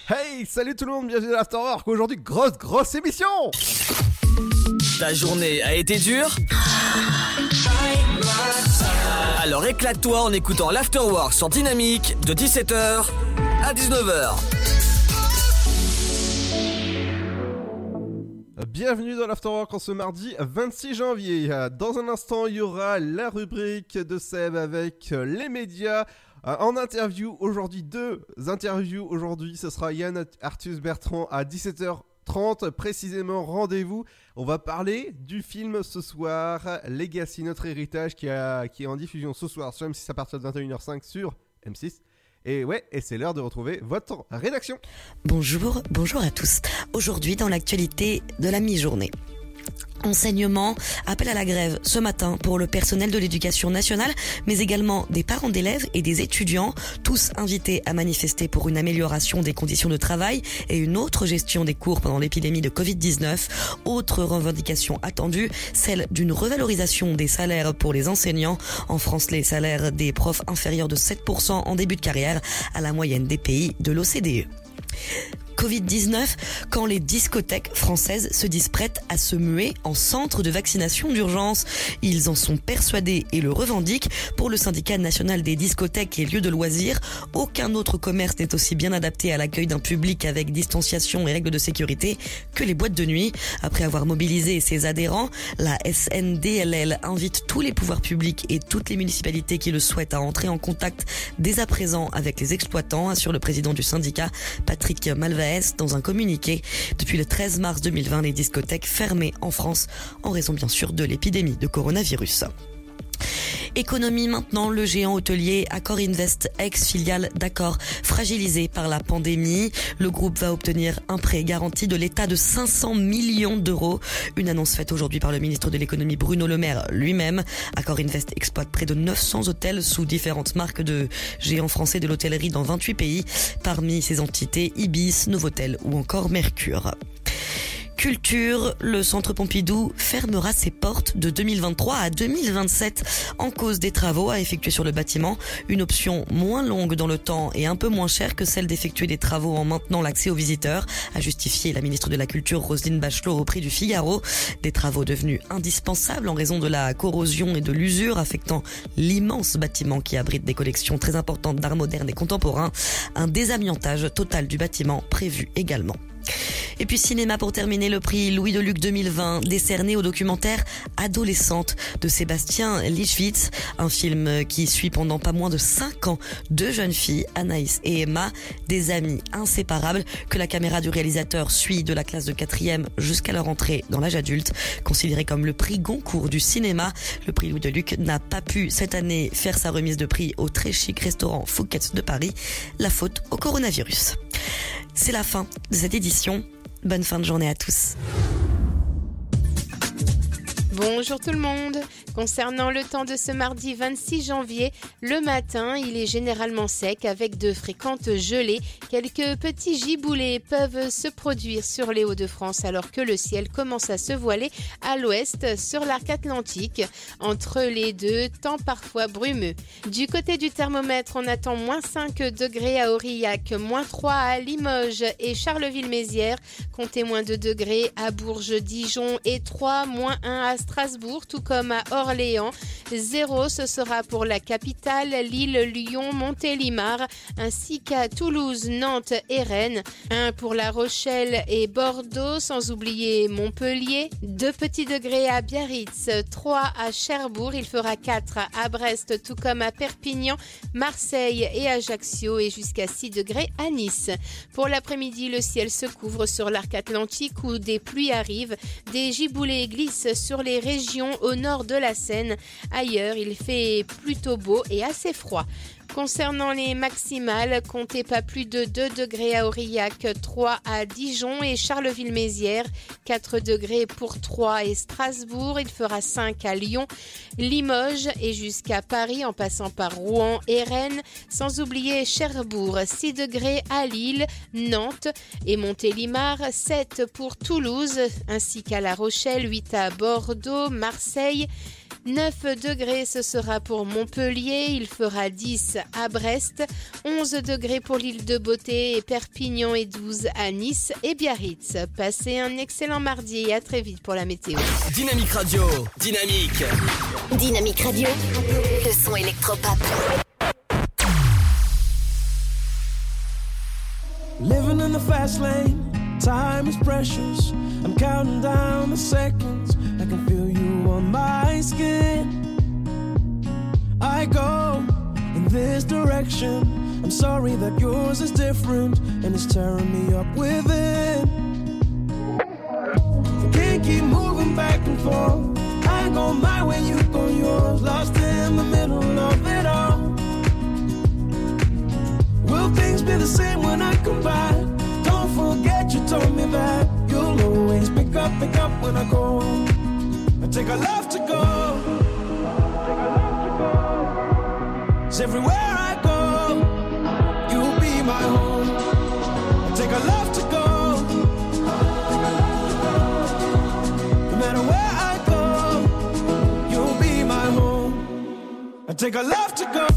Hey, salut tout le monde, bienvenue dans l'Afterwork. Aujourd'hui, grosse émission. Ta journée a été dure? Alors éclate-toi en écoutant l'Afterwork sur Dynamique de 17h à 19h. Bienvenue dans l'Afterwork en ce mardi 26 janvier. Dans un instant, il y aura la rubrique de Seb avec les médias. En interview, aujourd'hui, deux interviews. Aujourd'hui, ce sera Yann Arthus-Bertrand à 17h30. Précisément, rendez-vous. On va parler du film ce soir, Legacy, notre héritage, qui est en diffusion ce soir sur M6 à partir de 21h05 sur M6. Et c'est l'heure de retrouver votre rédaction. Bonjour à tous. Aujourd'hui, dans l'actualité de la mi-journée. Enseignement, appel à la grève ce matin pour le personnel de l'éducation nationale, mais également des parents d'élèves et des étudiants, tous invités à manifester pour une amélioration des conditions de travail et une autre gestion des cours pendant l'épidémie de Covid-19. Autre revendication attendue, celle d'une revalorisation des salaires pour les enseignants. En France, les salaires des profs inférieurs de 7% en début de carrière à la moyenne des pays de l'OCDE. Covid-19, quand les discothèques françaises se disent prêtes à se muer en centre de vaccination d'urgence. Ils en sont persuadés et le revendiquent. Pour le syndicat national des discothèques et lieux de loisirs, aucun autre commerce n'est aussi bien adapté à l'accueil d'un public avec distanciation et règles de sécurité que les boîtes de nuit. Après avoir mobilisé ses adhérents, la SNDLL invite tous les pouvoirs publics et toutes les municipalités qui le souhaitent à entrer en contact dès à présent avec les exploitants, assure le président du syndicat, Patrick Malvaez, dans un communiqué. Depuis le 13 mars 2020, les discothèques fermées en France en raison bien sûr de l'épidémie de coronavirus. Économie maintenant, le géant hôtelier Accor Invest, ex-filiale d'Accor, fragilisé par la pandémie. Le groupe va obtenir un prêt garanti de l'État de 500 millions d'euros. Une annonce faite aujourd'hui par le ministre de l'économie Bruno Le Maire lui-même. Accor Invest exploite près de 900 hôtels sous différentes marques de géants français de l'hôtellerie dans 28 pays. Parmi ces entités, Ibis, Novotel ou encore Mercure. Culture, le Centre Pompidou fermera ses portes de 2023 à 2027 en cause des travaux à effectuer sur le bâtiment. Une option moins longue dans le temps et un peu moins chère que celle d'effectuer des travaux en maintenant l'accès aux visiteurs, a justifié la ministre de la Culture Roselyne Bachelot au prix du Figaro. Des travaux devenus indispensables en raison de la corrosion et de l'usure affectant l'immense bâtiment qui abrite des collections très importantes d'art moderne et contemporain. Un désamiantage total du bâtiment prévu également. Et puis cinéma pour terminer, le prix Louis Deluc 2020 décerné au documentaire Adolescente de Sébastien Lischwitz, un film qui suit pendant pas moins de 5 ans deux jeunes filles, Anaïs et Emma, des amies inséparables que la caméra du réalisateur suit de la classe de 4e jusqu'à leur entrée dans l'âge adulte. Considéré comme le prix Goncourt du cinéma, le prix Louis Deluc n'a pas pu cette année faire sa remise de prix au très chic restaurant Fouquet's de Paris, la faute au coronavirus. C'est la fin de cette édition. Bonne fin de journée à tous. Bonjour tout le monde. Concernant le temps de ce mardi 26 janvier, le matin, il est généralement sec avec de fréquentes gelées. Quelques petits giboulées peuvent se produire sur les Hauts-de-France alors que le ciel commence à se voiler à l'ouest sur l'arc atlantique. Entre les deux, temps parfois brumeux. Du côté du thermomètre, on attend moins 5 degrés à Aurillac, moins 3 à Limoges et Charleville-Mézières, comptez moins 2 degrés à Bourges, Dijon et 3, moins 1 à Strasbourg, tout comme à Orléans. 0, ce sera pour la capitale, Lille, Lyon, Montélimar, ainsi qu'à Toulouse, Nantes et Rennes. 1 pour La Rochelle et Bordeaux, sans oublier Montpellier. 2 petits degrés à Biarritz, 3 à Cherbourg, il fera 4 à Brest, tout comme à Perpignan, Marseille et Ajaccio, et jusqu'à 6 degrés à Nice. Pour l'après-midi, le ciel se couvre sur l'arc atlantique où des pluies arrivent. Des giboulées glissent sur les régions au nord de la Seine. Ailleurs, il fait plutôt beau et assez froid. Concernant les maximales, comptez pas plus de 2 degrés à Aurillac, 3 à Dijon et Charleville-Mézières, 4 degrés pour Troyes et Strasbourg, il fera 5 à Lyon, Limoges et jusqu'à Paris en passant par Rouen et Rennes, sans oublier Cherbourg, 6 degrés à Lille, Nantes et Montélimar, 7 pour Toulouse, ainsi qu'à La Rochelle, 8 à Bordeaux, Marseille, 9 degrés, ce sera pour Montpellier. Il fera 10 à Brest, 11 degrés pour l'île de Beauté et Perpignan et 12 à Nice et Biarritz. Passez un excellent mardi et à très vite pour la météo. Dynamique Radio, Dynamique. Dynamique Radio, le son électropop. Living in the fast lane, time is precious. I'm counting down the seconds. I can feel you on my skin. I go in this direction. I'm sorry that yours is different and it's tearing me up within. I can't keep moving back and forth. I go my way, you go yours. Lost in the middle of it all. Will things be the same when I come by? Don't forget you told me that you'll always pick up when I go. I take a love to go. 'Cause everywhere I go, you'll be my home. I take a love to go. No matter where I go, you'll be my home. I take a love to go.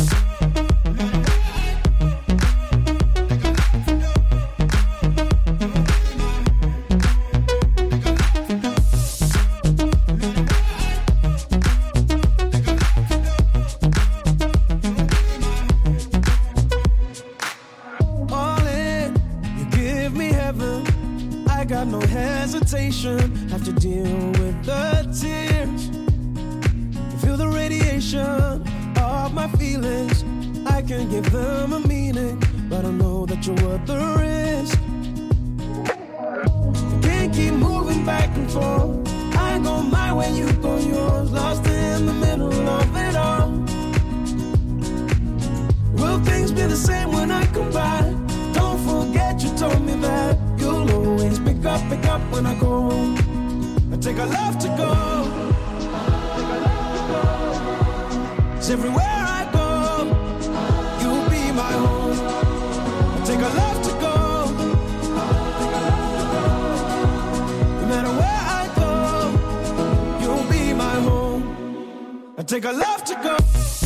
Have to deal with the tears. Feel the radiation of my feelings. I can give them a meaning, but I know that you're worth the risk. Can't keep moving back and forth. I go my way, you go yours. Lost in the middle of it all. Will things be the same when I come by? Don't forget you told me that you'll always pick up when I go. I take a love to go. 'Cause everywhere I go, you'll be my home. I take a love to go. No matter where I go, you'll be my home. I take a love to go.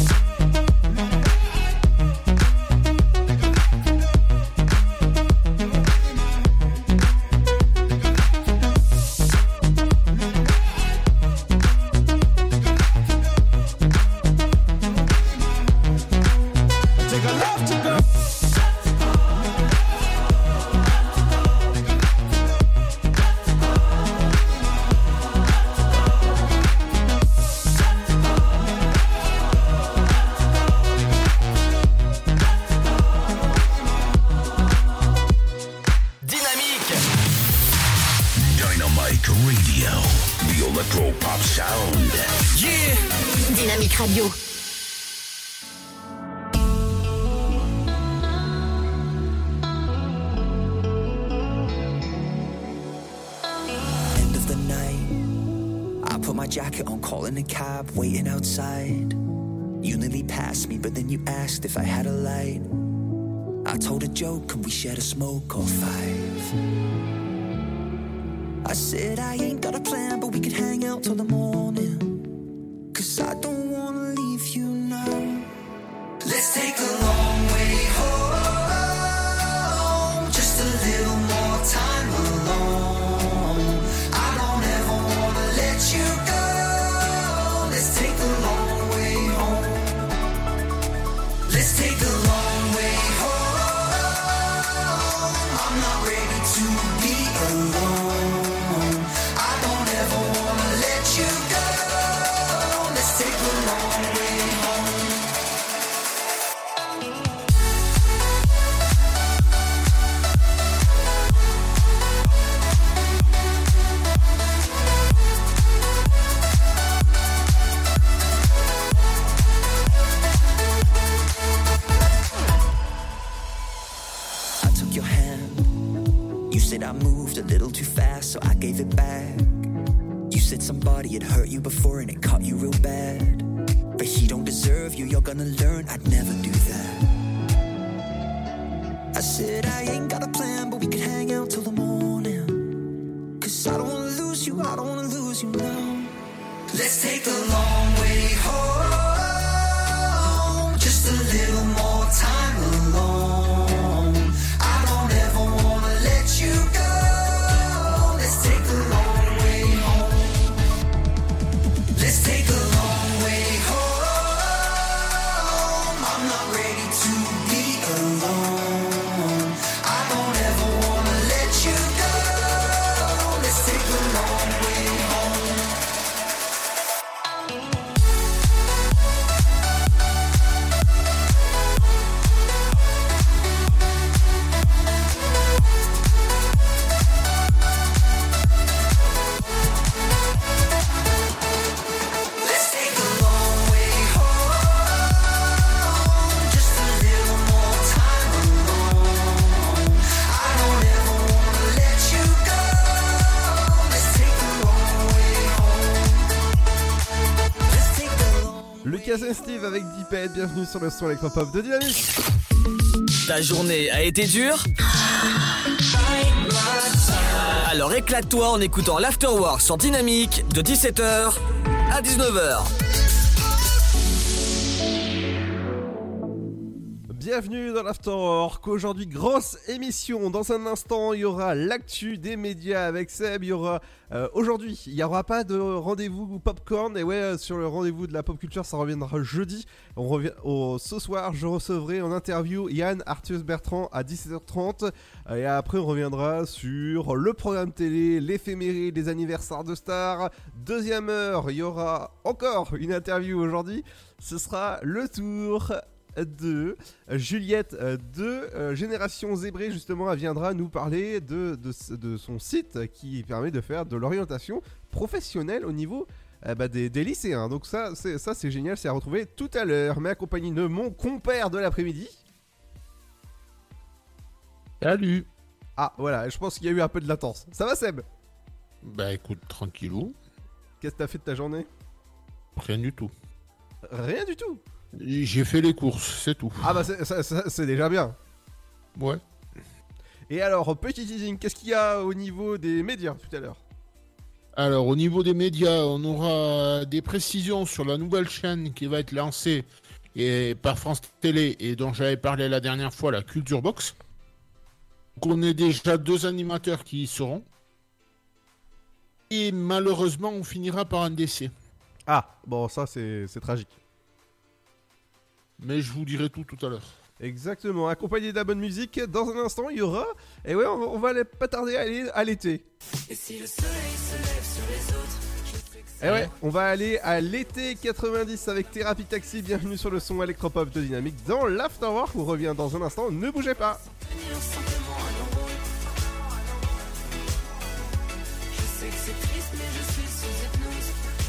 Radio. End of the night, I put my jacket on, calling a cab, waiting outside. You nearly passed me, but then you asked if I had a light. I told a joke, and we shared a smoke or five. I said I ain't got a plan, but we could hang out till the morning. 'Cause I don't wanna leave you now. Let's take the long way home. Just a little more time alone. I don't ever wanna let you go. Let's take the long way home. Let's take the long way home. I'm not ready to be alone. I don't ever wanna let you go. Let's take the long way home. I took your hand. You said I moved a little too fast, so I gave it back. You said somebody had hurt you before and it caught you real bad. But he don't deserve you, you're gonna learn I'd never do that. I said I ain't got a plan, but we could hang out till the morning. 'Cause I don't wanna lose you, I don't wanna lose you now. Let's take the long way home. Just a little more time alone. I don't ever wanna let you go. Let's take the long way home. Let's take the long way home. I'm not ready to be alone. I don't ever wanna let you go. Let's take the long way home. Let's take the long way home. Just a little more time alone. I don't ever wanna let you go. Let's take the long way home. Let's take the long. Lucas et Steve avec Deephead, bienvenue sur le son électropop de Dynamique. Ta journée a été dure ? Alors éclate-toi en écoutant l'Afterwork sur Dynamique de 17h à 19h. Bienvenue dans l'Afterwork. Aujourd'hui, grosse émission. Dans un instant, il y aura l'actu des médias avec Seb. Il y aura aujourd'hui, il n'y aura pas de rendez-vous popcorn. Et ouais, sur le rendez-vous de la pop culture, ça reviendra jeudi. Ce soir, je recevrai en interview Yann Arthus Bertrand à 17h30. Et après, on reviendra sur le programme télé, l'éphéméride, les anniversaires de stars. Deuxième heure, il y aura encore une interview aujourd'hui. Ce sera le tour de Juliette de Génération Zébrée. Justement, elle viendra nous parler de son site qui permet de faire de l'orientation professionnelle au niveau des lycéens. Donc ça c'est génial, c'est à retrouver tout à l'heure. Mais accompagné de mon compère de l'après-midi. Salut. Ah voilà, je pense qu'il y a eu un peu de latence. Ça va Seb? Bah écoute, tranquillou. Qu'est-ce que t'as fait de ta journée? Rien du tout. Rien du tout. J'ai fait les courses, c'est tout. Ah bah c'est déjà bien. Ouais. Et alors, petit teasing, qu'est-ce qu'il y a au niveau des médias tout à l'heure? Alors au niveau des médias, on aura des précisions sur la nouvelle chaîne qui va être lancée par France Télé et dont j'avais parlé la dernière fois, la Culture Box. Donc on est déjà 2 animateurs qui y seront. Et malheureusement, on finira par un décès. Ah, bon ça c'est tragique. Mais je vous dirai tout à l'heure. Exactement, accompagné de la bonne musique. Dans un instant, il y aura... Et ouais, on va pas tarder à aller à l'été. Et si le soleil se lève sur les autres, je sais que c'est Et ouais, on va aller à l'été 90 avec Thérapie Taxi. Bienvenue sur le son électropop de Dynamique dans l'Afterwork. On revient dans un instant, ne bougez pas. tenir simplement un embrouille. Je sais que c'est triste, mais je suis sous hypnose.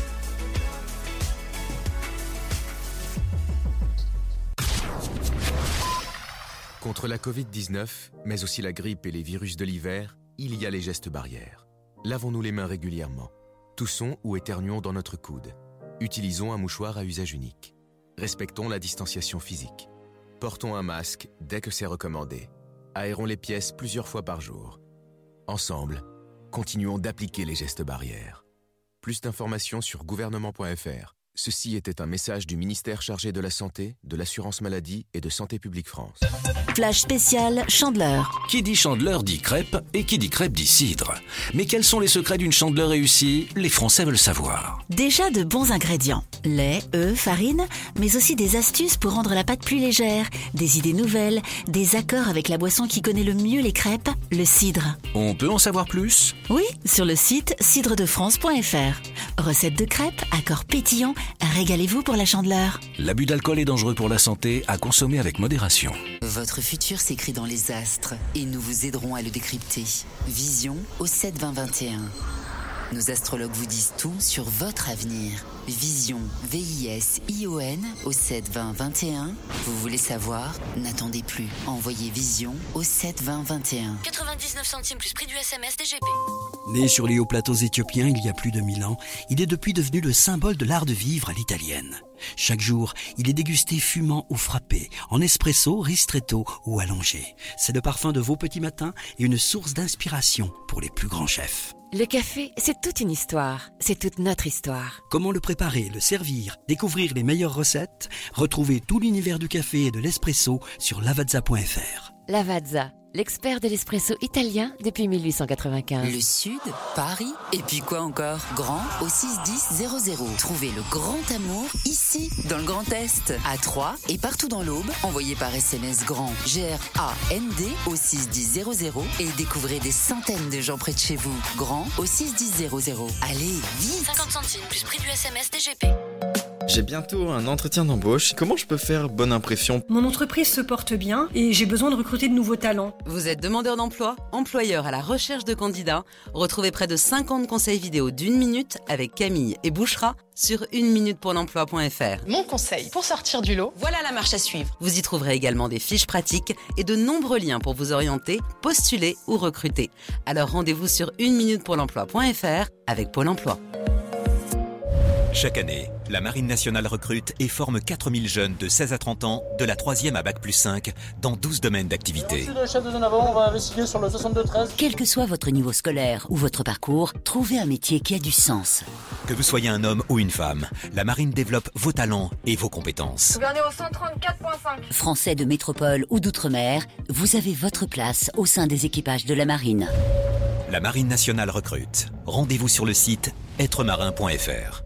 Contre la Covid-19, mais aussi la grippe et les virus de l'hiver, il y a les gestes barrières. Lavons-nous les mains régulièrement. Toussons ou éternuons dans notre coude. Utilisons un mouchoir à usage unique. Respectons la distanciation physique. Portons un masque dès que c'est recommandé. Aérons les pièces plusieurs fois par jour. Ensemble, continuons d'appliquer les gestes barrières. Plus d'informations sur gouvernement.fr. Ceci était un message du ministère chargé de la Santé, de l'Assurance Maladie et de Santé Publique France. Flash spécial Chandeleur. Qui dit Chandeleur dit crêpe et qui dit crêpe dit cidre. Mais quels sont les secrets d'une Chandeleur réussie? Les Français veulent savoir. Déjà de bons ingrédients. Lait, œufs, farine, mais aussi des astuces pour rendre la pâte plus légère, des idées nouvelles, des accords avec la boisson qui connaît le mieux les crêpes, le cidre. On peut en savoir plus? Oui, sur le site cidredefrance.fr. Recettes de crêpes, accords pétillants, régalez-vous pour la Chandeleur. L'abus d'alcool est dangereux pour la santé, à consommer avec modération. Votre futur s'écrit dans les astres et nous vous aiderons à le décrypter. Vision au 7-20-21. Nos astrologues vous disent tout sur votre avenir. Vision, V-I-S-I-O-N au 7-20-21. Vous voulez savoir? N'attendez plus. Envoyez Vision au 7-20-21. 99 centimes plus prix du SMS DGP. Né sur les hauts plateaux éthiopiens il y a plus de 1000 ans, il est depuis devenu le symbole de l'art de vivre à l'italienne. Chaque jour, il est dégusté fumant ou frappé, en espresso, ristretto ou allongé. C'est le parfum de vos petits matins et une source d'inspiration pour les plus grands chefs. Le café, c'est toute une histoire. C'est toute notre histoire. Comment le préparer, le servir, découvrir les meilleures recettes? Retrouvez tout l'univers du café et de l'espresso sur lavazza.fr. Lavazza, l'expert de l'espresso italien depuis 1895. Le Sud, Paris, et puis quoi encore? Grand au 61000. Trouvez le grand amour ici, dans le Grand Est, à Troyes et partout dans l'Aube. Envoyez par SMS GRAND, G-R-A-N-D au 61000 et découvrez des centaines de gens près de chez vous. Grand au 61000. Allez, vite! 50 centimes plus prix du SMS DGP. J'ai bientôt un entretien d'embauche. Comment je peux faire bonne impression? Mon entreprise se porte bien et j'ai besoin de recruter de nouveaux talents. Vous êtes demandeur d'emploi, employeur à la recherche de candidats? Retrouvez près de 50 conseils vidéo d'1 minute avec Camille et Bouchra sur 1minutepourlemploi.fr. Mon conseil pour sortir du lot, voilà la marche à suivre. Vous y trouverez également des fiches pratiques et de nombreux liens pour vous orienter, postuler ou recruter. Alors rendez-vous sur 1minutepourlemploi.fr avec Pôle emploi. Chaque année, la Marine nationale recrute et forme 4000 jeunes de 16 à 30 ans, de la 3e à Bac+5, dans 12 domaines d'activité. Le chef de zone avant, on va investiguer sur le 62-13. Quel que soit votre niveau scolaire ou votre parcours, trouvez un métier qui a du sens. Que vous soyez un homme ou une femme, la Marine développe vos talents et vos compétences. Gouverneur au 134.5. Français de métropole ou d'outre-mer, vous avez votre place au sein des équipages de la Marine. La Marine nationale recrute. Rendez-vous sur le site êtremarin.fr.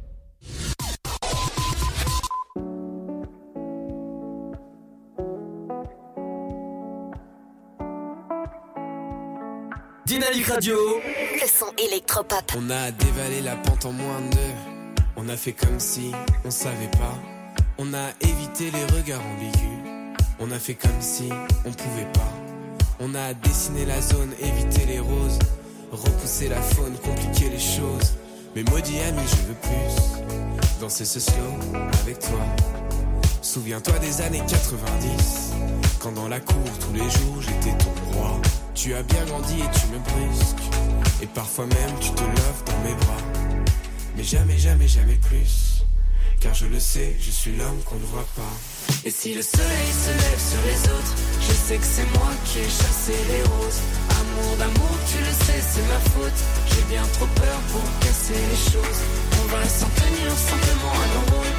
Dynamique Radio. Le son électropop. On a dévalé la pente en moins de 2. On a fait comme si on savait pas. On a évité les regards ambigus. On a fait comme si on pouvait pas. On a dessiné la zone, évité les roses. Repousser la faune, compliquer les choses. Mais maudit ami, je veux plus danser ce slow avec toi. Souviens-toi des années 90, quand dans la cour tous les jours j'étais ton roi. Tu as bien grandi et tu me brusques, et parfois même tu te lèves dans mes bras. Mais jamais, jamais, jamais plus, car je le sais, je suis l'homme qu'on ne voit pas. Et si le soleil se lève sur les autres, je sais que c'est moi qui ai chassé les roses. Amour d'amour, tu le sais, c'est ma faute. J'ai bien trop peur pour casser les choses. On va s'en tenir simplement à nos rôles.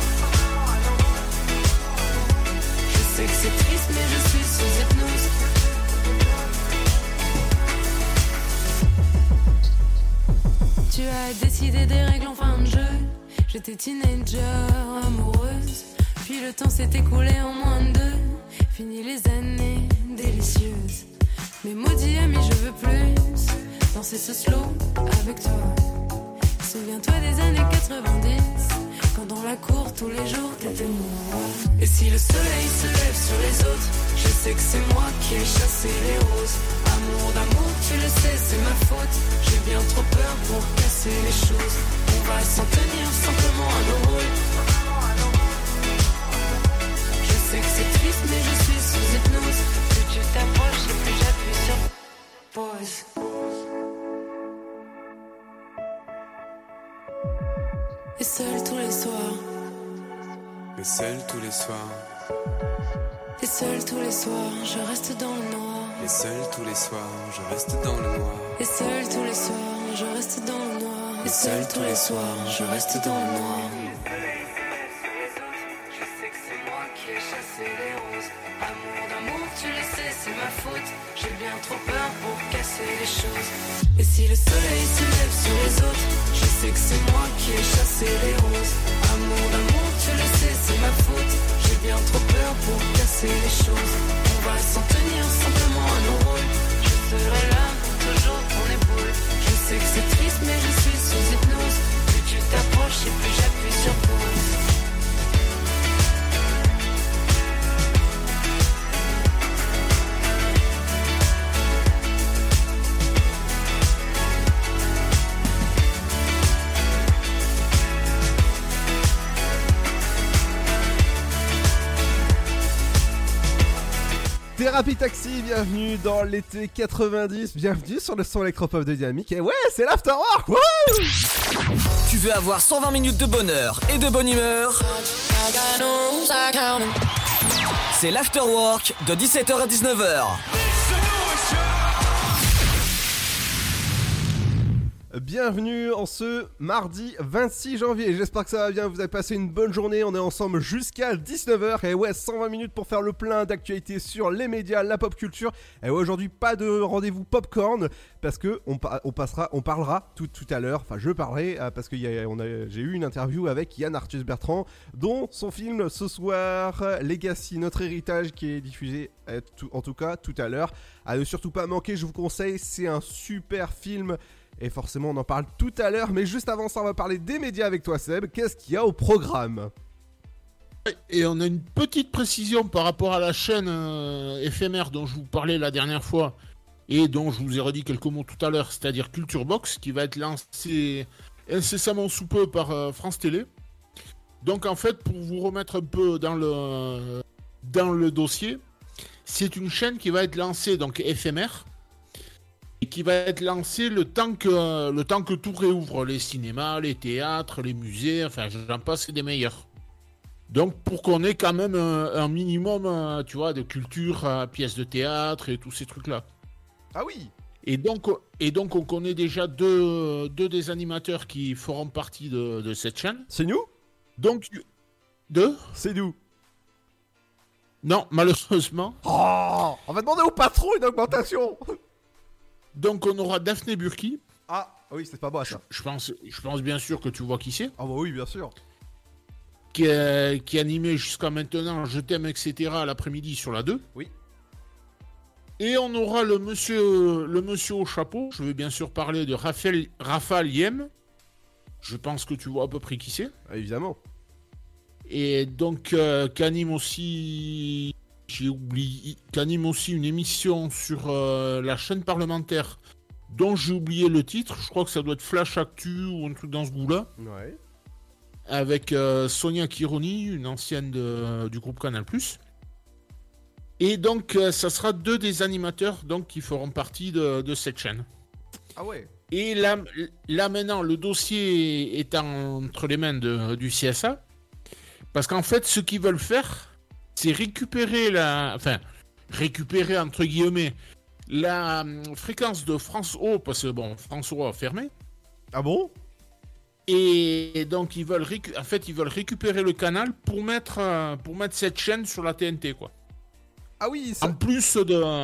Je sais que c'est triste, mais je suis sous hypnose. Tu as décidé des règles en fin de jeu. J'étais teenager, amoureuse. Puis le temps s'est écoulé en moins de 2. Fini les années délicieuses. Mais maudit ami, je veux plus danser ce slow avec toi. Souviens-toi des années 90, quand dans la cour tous les jours t'étais moi. Et si le soleil se lève sur les autres, je sais que c'est moi qui ai chassé les roses. Amour d'amour, tu le sais, c'est ma faute. J'ai bien trop peur pour casser les choses. On va s'en tenir simplement à nos rôles. Je sais que c'est triste, mais je suis sous hypnose. Plus tu t'approches et plus j'appuie sur pause. Et seul tous les soirs. Et seul tous les soirs. Et seul tous les soirs, je reste dans le noir. Et seul tous les soirs, je reste dans le noir. Et seul tous les soirs, je reste dans le noir. Et seul tous les soirs, je reste dans le noir. Je sais que c'est moi qui ai chassé les roses. Amour d'amour, tu le sais, c'est ma faute. J'ai bien trop peur pour casser les choses. Et si le soleil se lève sur les autres, je sais que c'est moi qui ai chassé les roses. Amour d'amour, tu le sais, c'est ma faute. J'ai bien trop peur pour casser les choses. On va s'en tenir simplement à nos rôles. Je serai là pour toujours ton épaule. Je sais que c'est triste, mais je suis sous hypnose. Plus tu t'approches et plus j'appuie sur pause. Thérapie Taxi, bienvenue dans l'été 90, bienvenue sur le son électropop de Dynamique. Et ouais, c'est l'Afterwork. Tu veux avoir 120 minutes de bonheur et de bonne humeur? C'est l'Afterwork de 17h à 19h. bienvenue en ce mardi 26 janvier. J'espère que ça va bien, vous avez passé une bonne journée. On est ensemble jusqu'à 19h. Et ouais, 120 minutes pour faire le plein d'actualités sur les médias, la pop culture. Et ouais, aujourd'hui, pas de rendez-vous popcorn parce que on parlera tout à l'heure. Enfin, je parlerai parce que j'ai eu une interview avec Yann Arthus Bertrand, dont son film ce soir, Legacy, notre héritage, qui est diffusé en tout cas tout à l'heure. À ne surtout pas manquer, je vous conseille, c'est un super film. Et forcément, on en parle tout à l'heure. Mais juste avant ça, on va parler des médias avec toi, Seb. Qu'est-ce qu'il y a au programme ? Et on a une petite précision par rapport à la chaîne éphémère dont je vous parlais la dernière fois et dont je vous ai redit quelques mots tout à l'heure, c'est-à-dire Culture Box, qui va être lancée incessamment sous peu par France Télé. Donc en fait, pour vous remettre un peu dans le dossier, c'est une chaîne qui va être lancée, donc éphémère, et qui va être lancée le temps que tout réouvre, les cinémas, les théâtres, les musées, enfin j'en passe des meilleurs. Donc pour qu'on ait quand même un minimum, tu vois, de culture, pièces de théâtre et tous ces trucs-là. Ah oui. Et donc on connaît déjà deux des animateurs qui feront partie de cette chaîne. C'est nous ? Donc c'est nous. Non, malheureusement. Oh, on va demander au patron une augmentation. Donc on aura Daphné Burki. Ah oui, c'est pas moi ça. Je pense bien sûr que tu vois qui c'est. Ah bah oui, bien sûr. Qui animait jusqu'à maintenant Je t'aime, etc. à l'après-midi sur la 2. Oui. Et on aura le monsieur au chapeau. Je vais bien sûr parler de Raphaël Yem. Je pense que tu vois à peu près qui c'est. Ah, évidemment. Et donc qui anime aussi une émission sur la chaîne parlementaire dont j'ai oublié le titre. Je crois que ça doit être Flash Actu ou un truc dans ce goût-là. Ouais. Avec Sonia Kironi, une ancienne du groupe Canal+. Et donc ça sera deux des animateurs donc, qui feront partie de cette chaîne. Ah ouais. Et là maintenant, le dossier est entre les mains du CSA. Parce qu'en fait, ce qu'ils veulent faire, c'est récupérer entre guillemets la fréquence de France O, parce que bon, France O a fermé. Ah bon ? Et donc ils veulent récupérer le canal pour mettre cette chaîne sur la TNT, quoi. Ah oui. Ça... En plus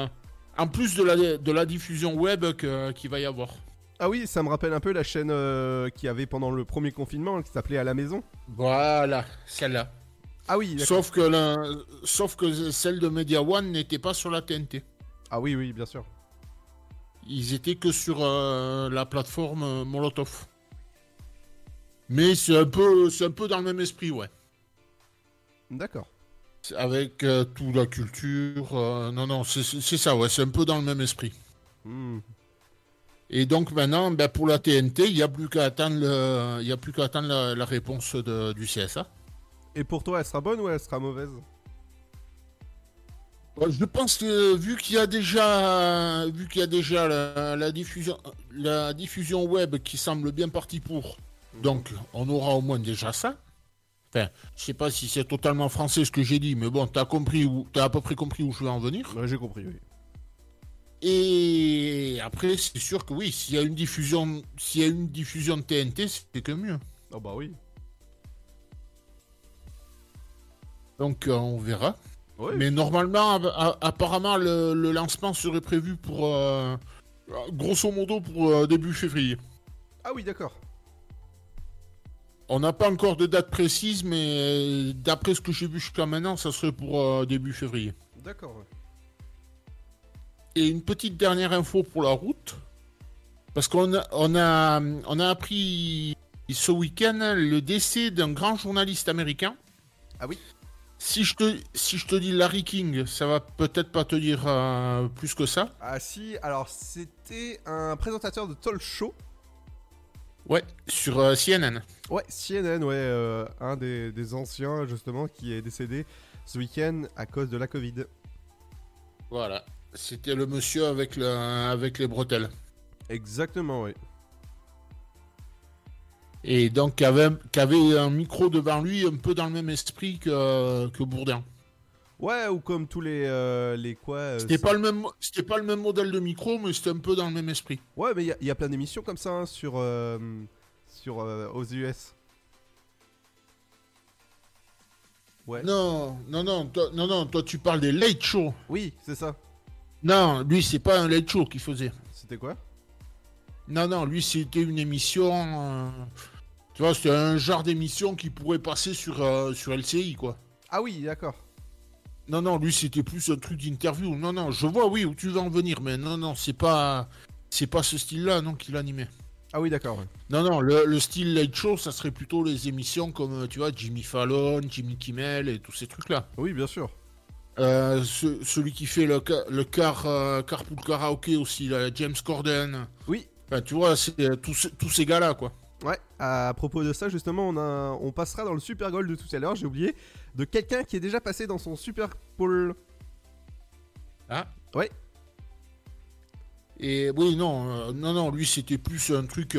de la diffusion web qu'il va y avoir. Ah oui, ça me rappelle un peu la chaîne qu'il y avait pendant le premier confinement, qui s'appelait À la maison. Voilà, celle-là. Ah oui, d'accord. Sauf que celle de Media One n'était pas sur la TNT. Ah oui, bien sûr. Ils étaient que sur la plateforme Molotov. Mais c'est un peu dans le même esprit, ouais. D'accord. Avec toute la culture... non, c'est ça, ouais, c'est un peu dans le même esprit. Et donc maintenant, pour la TNT, il n'y a plus qu'à attendre la réponse du CSA. Et pour toi, elle sera bonne ou elle sera mauvaise ? Je pense que vu qu'il y a déjà la diffusion web qui semble bien partie pour, donc on aura au moins déjà ça. Enfin, je sais pas si c'est totalement français ce que j'ai dit, mais bon, t'as à peu près compris où je vais en venir. Ouais, j'ai compris, oui. Et après, c'est sûr que oui, s'il y a une diffusion de TNT, c'est que mieux. Oh bah oui. Donc on verra. Oui. Mais normalement, apparemment, le lancement serait prévu pour grosso modo pour début février. Ah oui, d'accord. On n'a pas encore de date précise, mais d'après ce que j'ai vu jusqu'à maintenant, ça serait pour début février. D'accord. Ouais. Et une petite dernière info pour la route, parce qu'on a appris ce week-end le décès d'un grand journaliste américain. Ah oui. Si je te dis Larry King, ça va peut-être pas te dire plus que ça. Ah si, alors c'était un présentateur de talk show. Ouais, sur CNN. Ouais, CNN, ouais, un des anciens justement qui est décédé ce week-end à cause de la Covid. Voilà, c'était le monsieur avec les bretelles. Exactement, oui. Et donc qui avait un micro devant lui un peu dans le même esprit que Bourdin. Ouais, ou comme tous les quoi. C'était pas le même modèle de micro, mais c'était un peu dans le même esprit. Ouais, mais il y a plein d'émissions comme ça hein, sur aux US. Ouais. Non, toi tu parles des late shows. Oui, c'est ça. Non, lui c'est pas un late show qu'il faisait. C'était quoi? Non, lui c'était une émission. Tu vois, c'était un genre d'émission qui pourrait passer sur LCI quoi. Ah oui, d'accord. Non, lui c'était plus un truc d'interview. Non, je vois oui où tu veux en venir, mais non, c'est pas ce style-là non qu'il animait. Ah oui, d'accord. Ouais. Non, le style late show, ça serait plutôt les émissions comme, tu vois, Jimmy Fallon, Jimmy Kimmel et tous ces trucs-là. Oui, bien sûr. Celui qui fait le Carpool Karaoke aussi, là, James Corden. Oui. Enfin, tu vois, c'est tous ces gars-là, quoi. Ouais, à propos de ça, justement, on passera dans le Super Gold de tout à l'heure, j'ai oublié, de quelqu'un qui est déjà passé dans son Super Bowl. Ah. Ouais. Et oui, non, lui c'était plus un truc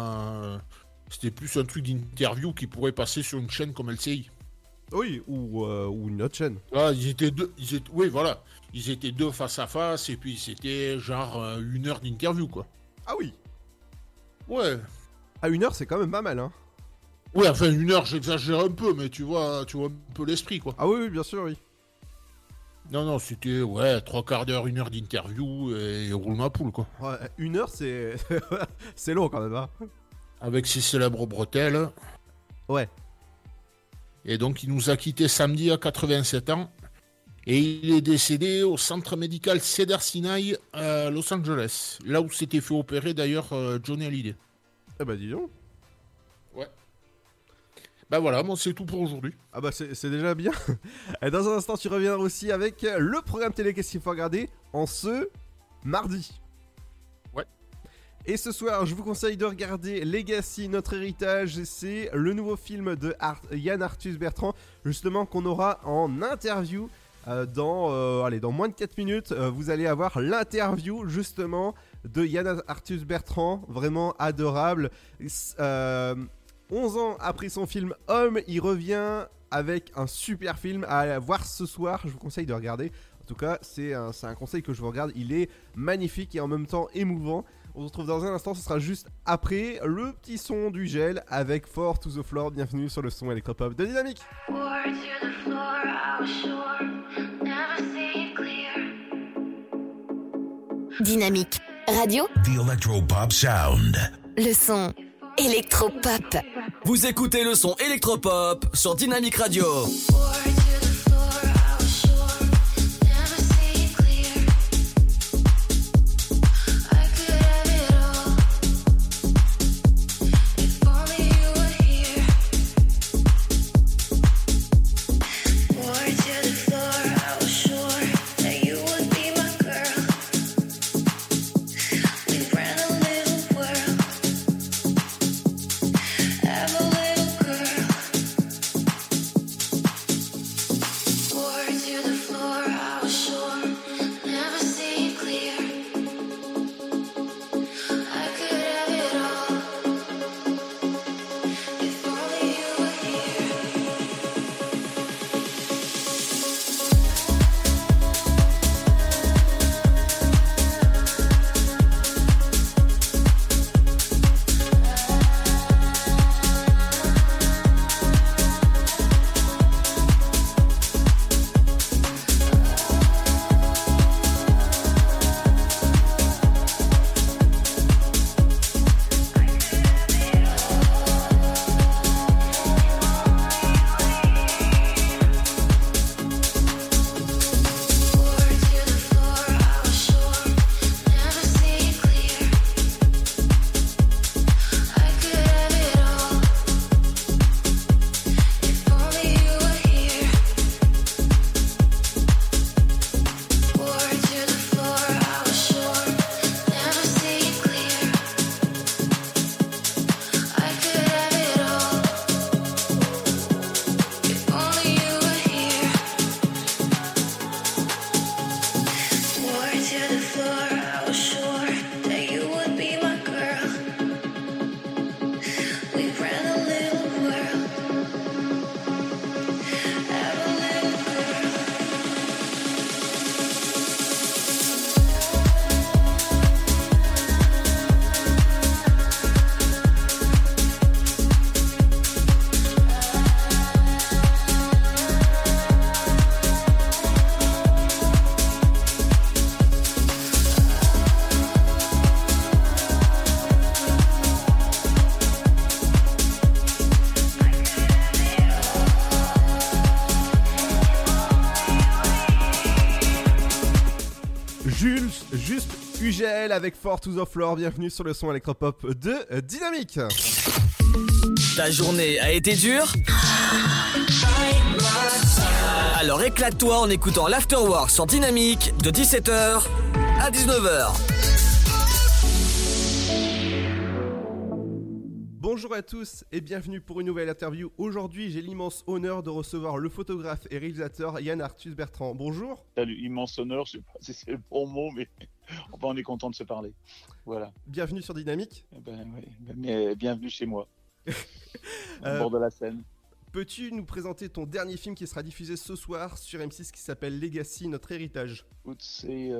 d'interview qui pourrait passer sur une chaîne comme LCI. Oui, ou une autre chaîne. Ah, ils étaient deux face à face et puis c'était genre 1 heure d'interview quoi. Ah oui. Ouais. À 1 heure c'est quand même pas mal hein. Ouais, enfin 1 heure j'exagère un peu mais tu vois un peu l'esprit quoi. Ah oui, bien sûr, oui. Non, c'était 3/4 d'heure, 1 heure d'interview et roule ma poule quoi. Ouais, 1 heure c'est c'est long quand même hein. Avec ses célèbres bretelles. Ouais. Et donc il nous a quitté samedi à 87 ans et il est décédé au centre médical Cedars-Sinai à Los Angeles, là où s'était fait opérer d'ailleurs Johnny Hallyday. Eh bah dis donc. Ouais. Bah voilà, moi c'est tout pour aujourd'hui. Ah bah c'est déjà bien. Et dans un instant tu reviendras aussi avec le programme télé qu'est-ce qu'il faut regarder en ce mardi. Ouais. Et ce soir je vous conseille de regarder Legacy, notre héritage. C'est le nouveau film de Yann Arthus Bertrand, justement qu'on aura en interview dans moins de 4 minutes. Vous allez avoir l'interview justement de Yann Arthus Bertrand, vraiment adorable. 11 ans après son film Homme, il revient avec un super film à voir ce soir. Je vous conseille de regarder. En tout cas, c'est un conseil que je vous regarde. Il est magnifique et en même temps émouvant. On se retrouve dans un instant. Ce sera juste après le petit son du gel avec Four to the Floor. Bienvenue sur le son électropop de Dynamique. Dynamique Radio. The Electropop Sound. Le son électropop. Vous écoutez le son électropop sur Dynamique Radio. UGL avec For to the Floor, bienvenue sur le son électropop de Dynamique. Ta journée a été dure ? Alors éclate-toi en écoutant l'Afterwork sur Dynamique de 17h à 19h. Bonjour à tous et bienvenue pour une nouvelle interview. Aujourd'hui, j'ai l'immense honneur de recevoir le photographe et réalisateur Yann Arthus Bertrand. Bonjour. Salut, immense honneur, je sais pas si c'est le bon mot, mais enfin, on est content de se parler. Voilà. Bienvenue sur Dynamique. Mais bienvenue chez moi, au bord de la Seine. Peux-tu nous présenter ton dernier film qui sera diffusé ce soir sur M6 qui s'appelle Legacy, notre héritage ? Écoute, c'est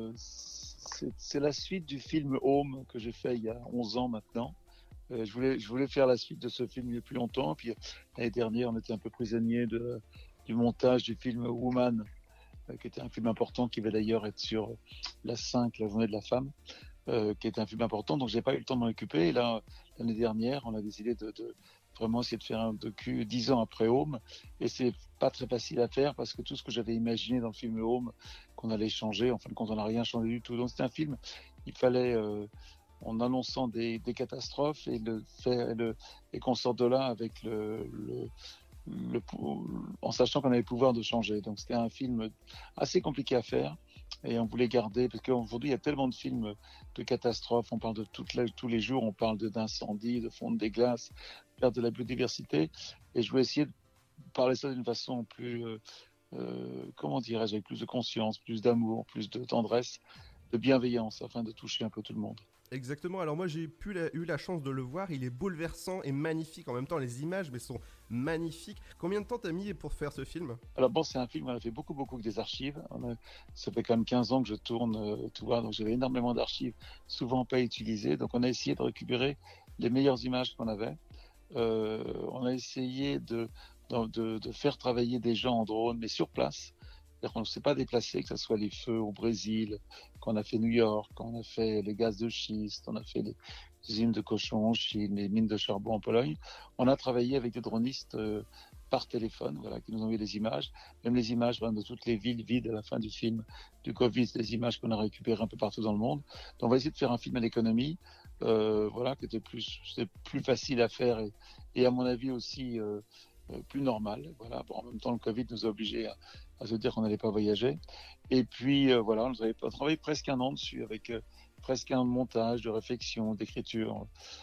la suite du film Home que j'ai fait il y a 11 ans maintenant. Je voulais faire la suite de ce film il y a plus longtemps. Puis l'année dernière, on était un peu prisonnier du montage du film Woman, qui était un film important, qui va d'ailleurs être sur la 5, la journée de la femme, qui était un film important. Donc j'ai pas eu le temps de m'en occuper. Et là, l'année dernière, on a décidé de vraiment essayer de faire un docu 10 ans après Home. Et c'est pas très facile à faire parce que tout ce que j'avais imaginé dans le film Home, qu'on allait changer, en fin de compte, on n'a rien changé du tout. Donc c'était un film, il fallait... en annonçant des catastrophes et qu'on sorte de là avec en sachant qu'on avait le pouvoir de changer. Donc c'était un film assez compliqué à faire et on voulait garder, parce qu'aujourd'hui il y a tellement de films de catastrophes, on parle de tous les jours, on parle d'incendies, de fonte des glaces, perte de la biodiversité, et je voulais essayer de parler ça d'une façon plus, comment dirais-je, avec plus de conscience, plus d'amour, plus de tendresse, de bienveillance, afin de toucher un peu tout le monde. Exactement, alors moi j'ai eu la chance de le voir, il est bouleversant et magnifique en même temps, les images mais sont magnifiques. Combien de temps t'as mis pour faire ce film ? Alors bon, c'est un film, on a fait beaucoup que des archives, ça fait quand même 15 ans que je tourne, tu vois, donc j'avais énormément d'archives, souvent pas utilisées, donc on a essayé de récupérer les meilleures images qu'on avait, on a essayé de faire travailler des gens en drone, mais sur place. On ne s'est pas déplacé, que ce soit les feux au Brésil, qu'on a fait New York, qu'on a fait les gaz de schiste, on a fait les usines de cochons en Chine, les mines de charbon en Pologne. On a travaillé avec des dronistes par téléphone, voilà, qui nous ont envoyé des images. Même les images de toutes les villes vides à la fin du film du Covid, c'est des images qu'on a récupérées un peu partout dans le monde. Donc on va essayer de faire un film à l'économie, voilà, qui était plus facile à faire et à mon avis aussi plus normal. Voilà. Bon, en même temps, le Covid nous a obligés à se dire qu'on n'allait pas voyager. Et puis voilà, on avait travaillé presque un an dessus avec presque un montage de réflexion, d'écriture.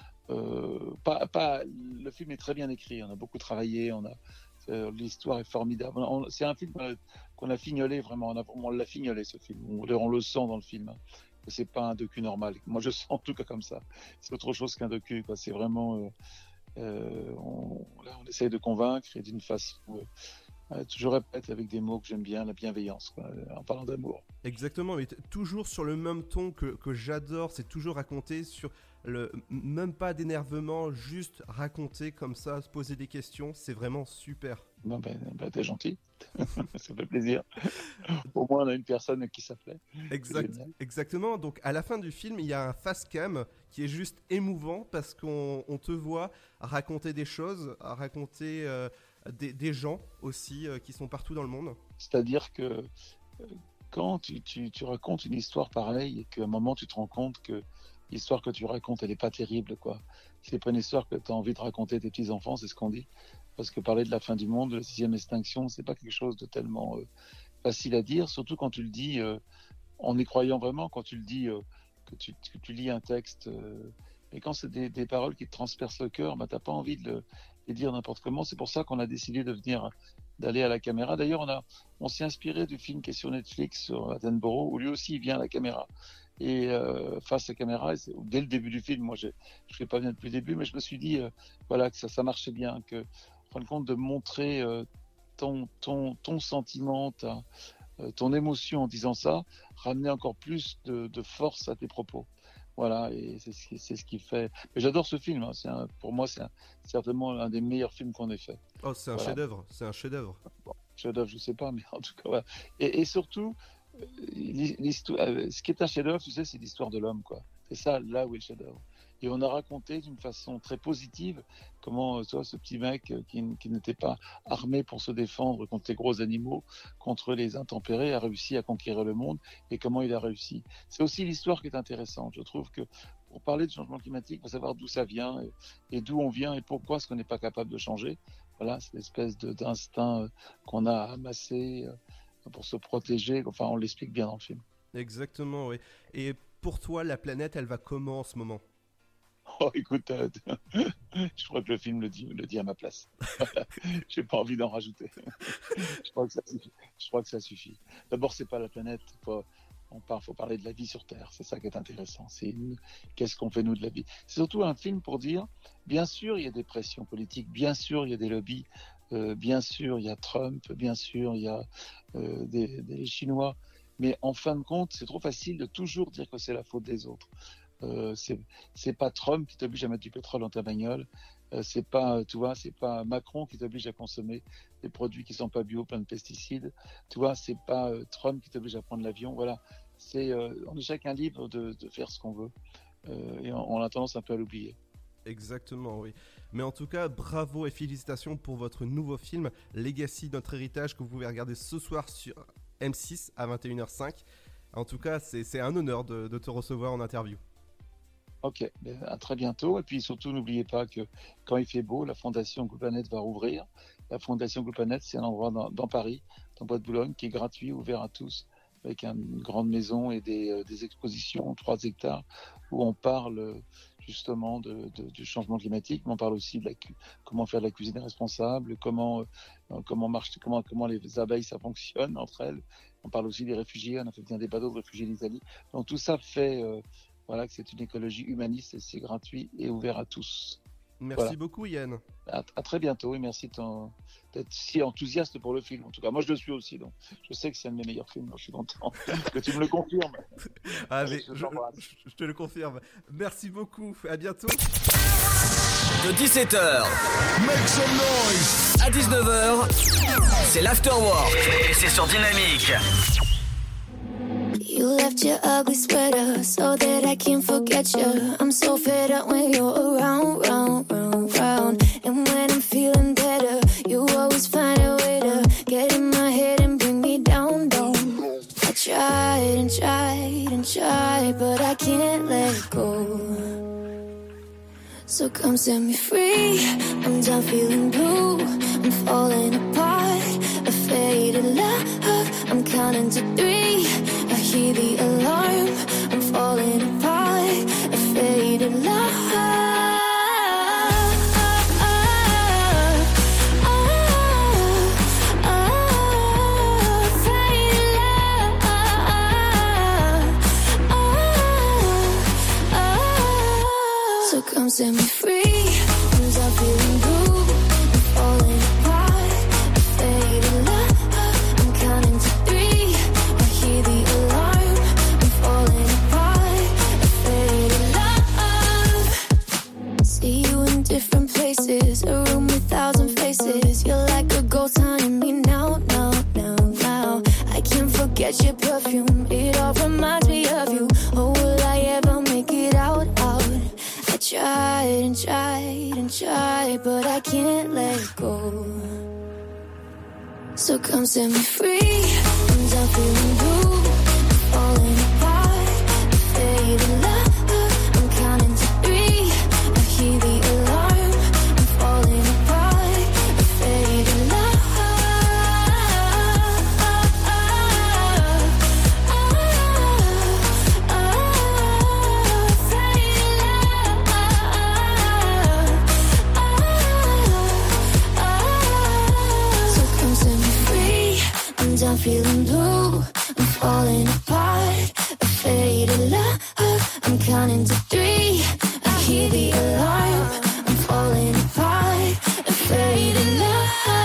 Le film est très bien écrit, on a beaucoup travaillé, l'histoire est formidable. C'est un film qu'on a fignolé vraiment, on l'a fignolé ce film. On le sent dans le film. Hein. C'est pas un docu normal. Moi, je sens en tout cas comme ça. C'est autre chose qu'un docu, quoi. C'est vraiment... on essaye de convaincre et d'une façon... je répète avec des mots que j'aime bien, la bienveillance, quoi, en parlant d'amour. Exactement, mais toujours sur le même ton que j'adore, c'est toujours raconter sur même pas d'énervement, juste raconter comme ça, se poser des questions, c'est vraiment super. Non, t'es gentil, ça fait plaisir. Au moins on a une personne qui s'appelait. Exactement, donc à la fin du film, il y a un face cam qui est juste émouvant parce qu'on te voit raconter des choses, raconter... Des gens aussi qui sont partout dans le monde. C'est-à-dire que quand tu racontes une histoire pareille et qu'à un moment tu te rends compte que l'histoire que tu racontes elle n'est pas terrible, quoi. C'est pas une histoire que tu as envie de raconter à tes petits-enfants, c'est ce qu'on dit. Parce que parler de la fin du monde, de la 6e extinction, c'est pas quelque chose de tellement facile à dire, surtout quand tu le dis en y croyant vraiment, quand tu le dis que tu lis un texte et quand c'est des paroles qui te transpercent le cœur, t'as pas envie de les dire n'importe comment. C'est pour ça qu'on a décidé d'aller à la caméra. D'ailleurs, on s'est inspiré du film qui est sur Netflix, sur Attenborough, où lui aussi il vient à la caméra. Et face à la caméra, dès le début du film, moi je ne l'ai pas bien depuis le début, mais je me suis dit voilà, que ça marchait bien, que en fin de compte de montrer ton sentiment, ton émotion en disant ça, ramener encore plus de force à tes propos. Voilà, et c'est ce qui fait. Mais j'adore ce film. Hein. Pour moi, c'est certainement l'un des meilleurs films qu'on ait fait. Oh, c'est un chef-d'œuvre. C'est un chef-d'œuvre. Bon, chef-d'œuvre, je sais pas, mais en tout cas, voilà. Et surtout, l'histoire. Ce qui est un chef-d'œuvre, tu sais, c'est l'histoire de l'homme, quoi. C'est ça, là où est le chef-d'œuvre. Et on a raconté d'une façon très positive comment toi, ce petit mec qui n'était pas armé pour se défendre contre les gros animaux, contre les intempérés, a réussi à conquérir le monde et comment il a réussi. C'est aussi l'histoire qui est intéressante. Je trouve que pour parler de changement climatique, il faut savoir d'où ça vient et d'où on vient et pourquoi est-ce qu'on n'est pas capable de changer. Voilà, c'est l'espèce d'instinct qu'on a amassé pour se protéger. Enfin, on l'explique bien dans le film. Exactement, oui. Et pour toi, la planète, elle va comment en ce moment ? Oh, écoute, je crois que le film le dit à ma place. J'ai pas envie d'en rajouter. Je crois que ça suffit. D'abord, c'est pas la planète. Faut parler de la vie sur Terre. C'est ça qui est intéressant. Qu'est-ce qu'on fait nous de la vie ? C'est surtout un film pour dire, bien sûr, il y a des pressions politiques, bien sûr, il y a des lobbies, bien sûr, il y a Trump, bien sûr, il y a des Chinois. Mais en fin de compte, c'est trop facile de toujours dire que c'est la faute des autres. C'est pas Trump qui t'oblige à mettre du pétrole dans ta bagnole, c'est pas Macron qui t'oblige à consommer des produits qui sont pas bio, plein de pesticides, tu vois, c'est pas Trump qui t'oblige à prendre l'avion. Voilà, on est chacun libre de faire ce qu'on veut, et on a tendance un peu à l'oublier. Exactement, oui. Mais en tout cas, bravo et félicitations pour votre nouveau film Legacy, notre héritage, que vous pouvez regarder ce soir sur M6 à 21h05. En tout cas, c'est un honneur de te recevoir en interview. Ok, à très bientôt. Et puis surtout, n'oubliez pas que quand il fait beau, la Fondation Gouplanet va rouvrir. La Fondation Gouplanet, c'est un endroit dans Paris, dans Bois de Boulogne, qui est gratuit, ouvert à tous, avec une grande maison et des expositions, 3 hectares, où on parle justement du changement climatique, mais on parle aussi de comment faire de la cuisine responsable, comment les abeilles, ça fonctionne entre elles. On parle aussi des réfugiés, on a fait venir des bateaux de réfugiés d'Italie. Donc tout ça fait que c'est une écologie humaniste et c'est gratuit et ouvert à tous. Merci beaucoup Yann. À très bientôt et merci d'être si enthousiaste pour le film. En tout cas, moi je le suis aussi, donc je sais que c'est un de mes meilleurs films, donc je suis content que tu me le confirmes. Je te le confirme. Merci beaucoup, à bientôt. De 17h Make some noise. à 19h, c'est l'Afterwork et c'est sur Dynamique. You left your ugly sweater so that I can't forget you. I'm so fed up when you're around, round, round, round. And when I'm feeling better, you always find a way to get in my head and bring me down, down. I tried and tried and tried, but I can't let go. So come set me free. I'm done feeling blue. I'm falling apart. A faded love. I'm counting to 3. I hear the alarm. I'm falling apart. A faded love. So come set me free. I'm done feeling blue. I'm falling apart. A faded love. I'm counting to 3. I hear the alarm. I'm falling apart. A faded love. See you in different places. A room with 1,000 faces. You're like a ghost haunting me now, now, now, now. I can't forget your perfume. It all reminds me of you. Oh, will I ever make it out, out? I tried and tried and tried, but I can't let go. So come set me free. I'm done feeling blue. I'm falling apart. A faded love. I'm counting to 3. I hear the alarm. I'm falling apart. A faded love. I'm feeling blue, I'm falling apart. A faded love, I'm counting to 3. I hear the alarm, I'm falling apart. A faded love.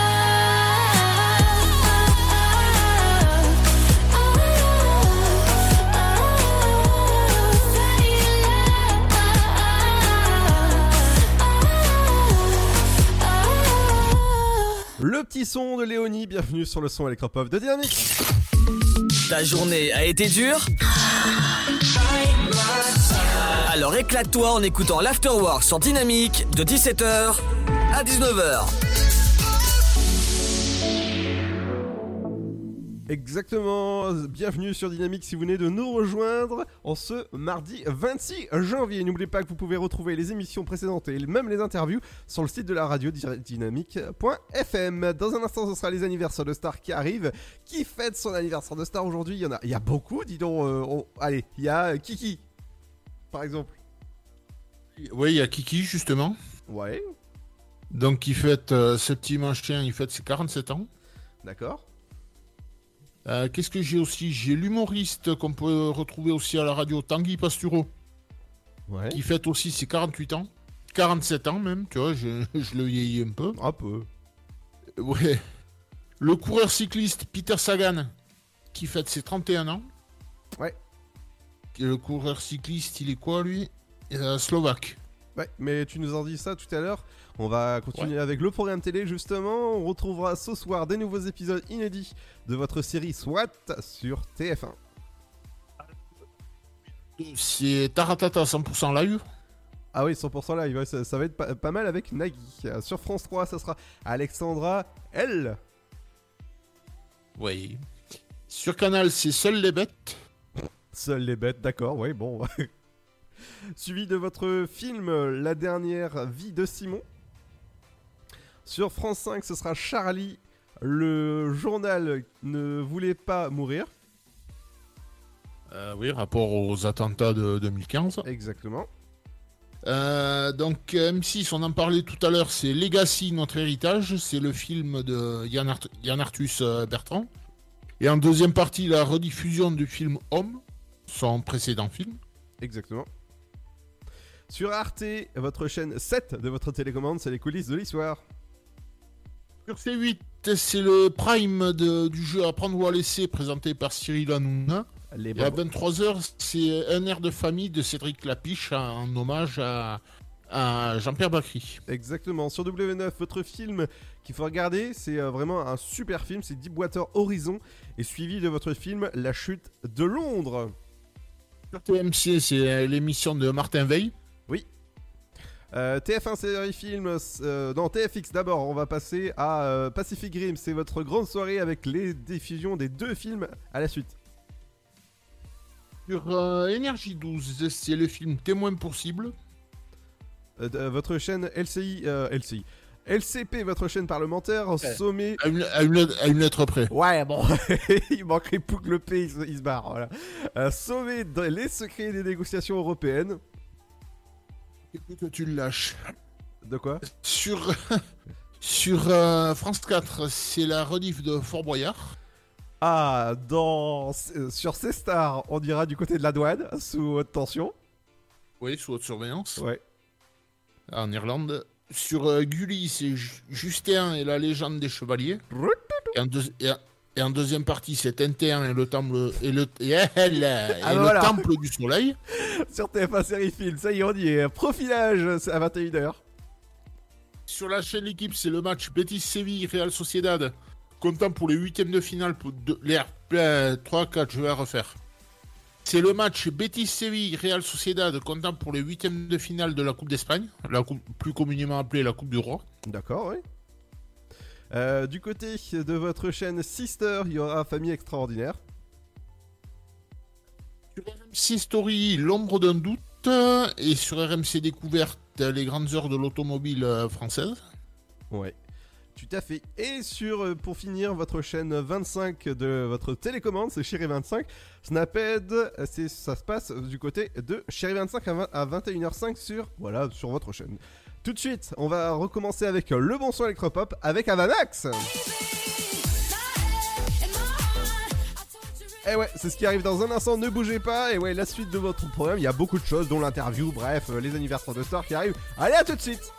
Le petit son de Léonie, bienvenue sur le son électropop de Dynamique. Ta journée a été dure ? Alors éclate-toi en écoutant l'Afterwork sur Dynamique de 17h à 19h. Exactement, bienvenue sur Dynamique si vous venez de nous rejoindre en ce mardi 26 janvier. N'oubliez pas que vous pouvez retrouver les émissions précédentes et même les interviews sur le site de la radio dynamique.fm. Dans un instant, ce sera les anniversaires de stars qui arrivent. Qui fête son anniversaire de star aujourd'hui? Il y a beaucoup, dis donc. Allez, il y a Kiki, par exemple. Oui, il y a Kiki, justement. Ouais. Donc, il fête, ce petit machin, il fête ses 47 ans. D'accord. Qu'est-ce que j'ai aussi? J'ai l'humoriste qu'on peut retrouver aussi à la radio, Tanguy Pastureau, qui fête aussi ses 48 ans. 47 ans même, tu vois, je le vieillis un peu. Un peu. Ouais. Le coureur cycliste Peter Sagan, qui fête ses 31 ans. Ouais. Et le coureur cycliste, il est quoi, lui? Slovaque. Ouais, mais tu nous en dis ça tout à l'heure. On va continuer avec le programme télé, justement. On retrouvera ce soir des nouveaux épisodes inédits de votre série SWAT sur TF1. C'est Taratata 100% live. Ah oui, 100% live, ouais, ça va être pas mal avec Nagui. Sur France 3, ça sera Alexandra L. Oui. Sur Canal, c'est Seules les bêtes. Seules les bêtes, d'accord, oui, bon. Suivi de votre film La dernière vie de Simon. Sur France 5, ce sera Charlie, le journal ne voulait pas mourir. Oui, rapport aux attentats de 2015. Exactement. Donc M6, on en parlait tout à l'heure, c'est Legacy, notre héritage. C'est le film de Yann Arthus Bertrand. Et en deuxième partie, la rediffusion du film Homme, son précédent film. Exactement. Sur Arte, votre chaîne 7 de votre télécommande, c'est les coulisses de l'histoire. Sur C8, c'est le prime du jeu Apprendre ou à laisser, présenté par Cyril Hanouna. Et à 23h, c'est un air de famille de Cédric Lapiche en hommage à Jean-Pierre Bacry. Exactement. Sur W9, votre film qu'il faut regarder, c'est vraiment un super film, c'est Deepwater Horizon, et suivi de votre film La chute de Londres. Sur TMC, c'est l'émission de Martin Veil. Oui. TF1 série film, non TFX d'abord, on va passer à Pacific Rim, c'est votre grande soirée avec les diffusions des 2 films à la suite. Sur Énergie 12, c'est le film Témoin possible. Votre chaîne LCP, votre chaîne parlementaire, sommet... À une lettre près. Ouais, bon, il manquerait plus que le P, il se barre, voilà. Sommet dans les secrets des négociations européennes. Écoute, tu le lâches. De quoi? Sur France 4, c'est la rediff de Fort Boyard. Ah, sur C-Star, on ira du côté de la douane, sous haute tension. Oui, sous haute surveillance. Ouais. En Irlande. Sur Gulli, c'est Justin et la légende des chevaliers. Et en deuxième partie, c'est Tintin et le temple temple du soleil. Sur TF1 série film, ça y est, on y est. Profilage, c'est à 21h. Sur la chaîne L'équipe, c'est le match Betis-Séville, Real Sociedad. Comptant pour les 8e de finale, 3-4, je vais la refaire. C'est le match Betis-Séville, Real Sociedad, comptant pour les 8e de finale de la Coupe d'Espagne, la coupe plus communément appelée la Coupe du Roi. D'accord, oui. Du côté de votre chaîne Sister, il y aura Famille Extraordinaire. Sur RMC Story, L'ombre d'un doute. Et sur RMC Découverte, les grandes heures de l'automobile française. Ouais. Tout à fait. Et pour finir, votre chaîne 25 de votre télécommande, c'est Chéri 25. Snaped, ça se passe du côté de Chéri 25 à 21h05 sur votre chaîne. Tout de suite, on va recommencer avec le bon son électropop avec Avamax. Et ouais, c'est ce qui arrive dans un instant, ne bougez pas. Et ouais, la suite de votre programme, il y a beaucoup de choses, dont l'interview, bref, les anniversaires de stars qui arrivent. Allez, à tout de suite.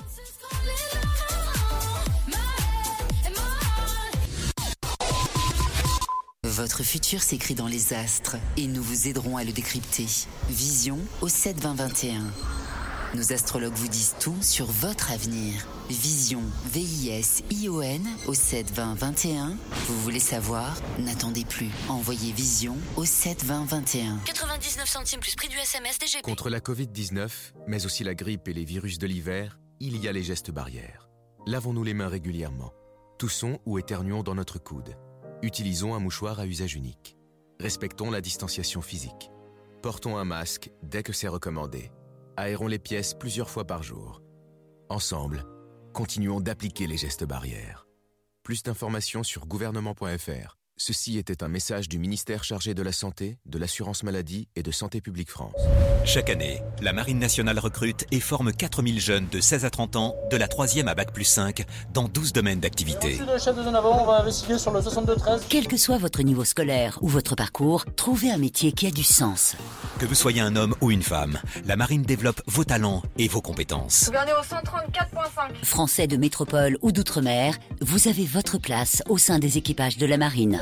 Votre futur s'écrit dans les astres et nous vous aiderons à le décrypter. Vision au 7-20-21. Nos astrologues vous disent tout sur votre avenir. Vision, V-I-S-I-O-N au 7 20 21. Vous voulez savoir? N'attendez plus. Envoyez Vision au 7 20 21. 99 centimes plus prix du SMS DGP. Contre la Covid-19, mais aussi la grippe et les virus de l'hiver, il y a les gestes barrières. Lavons-nous les mains régulièrement. Toussons ou éternuons dans notre coude. Utilisons un mouchoir à usage unique. Respectons la distanciation physique. Portons un masque dès que c'est recommandé. Aérons les pièces plusieurs fois par jour. Ensemble, continuons d'appliquer les gestes barrières. Plus d'informations sur gouvernement.fr. Ceci était un message du ministère chargé de la Santé, de l'Assurance Maladie et de Santé Publique France. Chaque année, la Marine nationale recrute et forme 4000 jeunes de 16 à 30 ans, de la 3e à Bac+5, dans 12 domaines d'activité. Monsieur le chef de zone avant, on va investiguer sur le 62-13. Quel que soit votre niveau scolaire ou votre parcours, trouvez un métier qui a du sens. Que vous soyez un homme ou une femme, la Marine développe vos talents et vos compétences. Gouverneur au 134.5. Français de métropole ou d'outre-mer, vous avez votre place au sein des équipages de la Marine.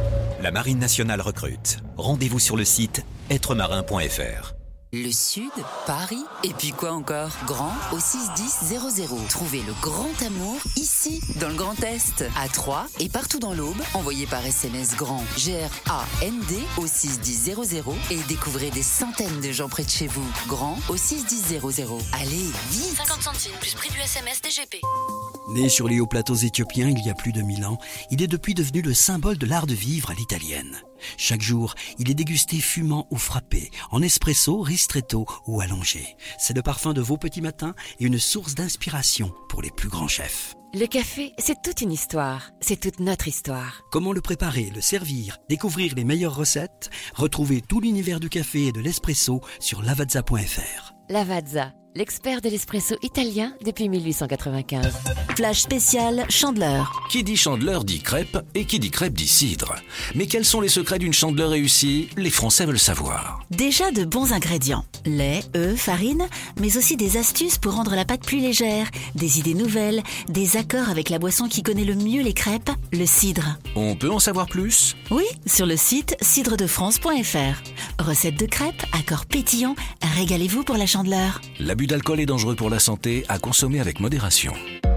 La Marine nationale recrute. Rendez-vous sur le site êtremarin.fr. Le Sud, Paris, et puis quoi encore? Grand au 61000. Trouvez le grand amour ici, dans le Grand Est, à Troyes et partout dans l'Aube. Envoyez par SMS GRAND, G-R-A-N-D au 61000 et découvrez des centaines de gens près de chez vous. Grand au 61000. Allez, vite! 50 centimes plus prix du SMS DGP. Né sur les hauts plateaux éthiopiens il y a plus de 1000 ans, il est depuis devenu le symbole de l'art de vivre à l'italienne. Chaque jour, il est dégusté fumant ou frappé, en espresso, ristretto ou allongé. C'est le parfum de vos petits matins et une source d'inspiration pour les plus grands chefs. Le café, c'est toute une histoire. C'est toute notre histoire. Comment le préparer, le servir, découvrir les meilleures recettes? Retrouvez tout l'univers du café et de l'espresso sur lavazza.fr. Lavazza, l'expert de l'espresso italien depuis 1895. Flash spécial Chandeleur. Qui dit Chandeleur dit crêpe et qui dit crêpe dit cidre. Mais quels sont les secrets d'une Chandeleur réussie? Les Français veulent savoir. Déjà de bons ingrédients. Lait, œufs, farine, mais aussi des astuces pour rendre la pâte plus légère, des idées nouvelles, des accords avec la boisson qui connaît le mieux les crêpes, le cidre. On peut en savoir plus? Oui, sur le site cidredefrance.fr. Recettes de crêpes, accords pétillants, régalez-vous pour la Chandeleur. L'abus d'alcool est dangereux pour la santé, à consommer avec modération.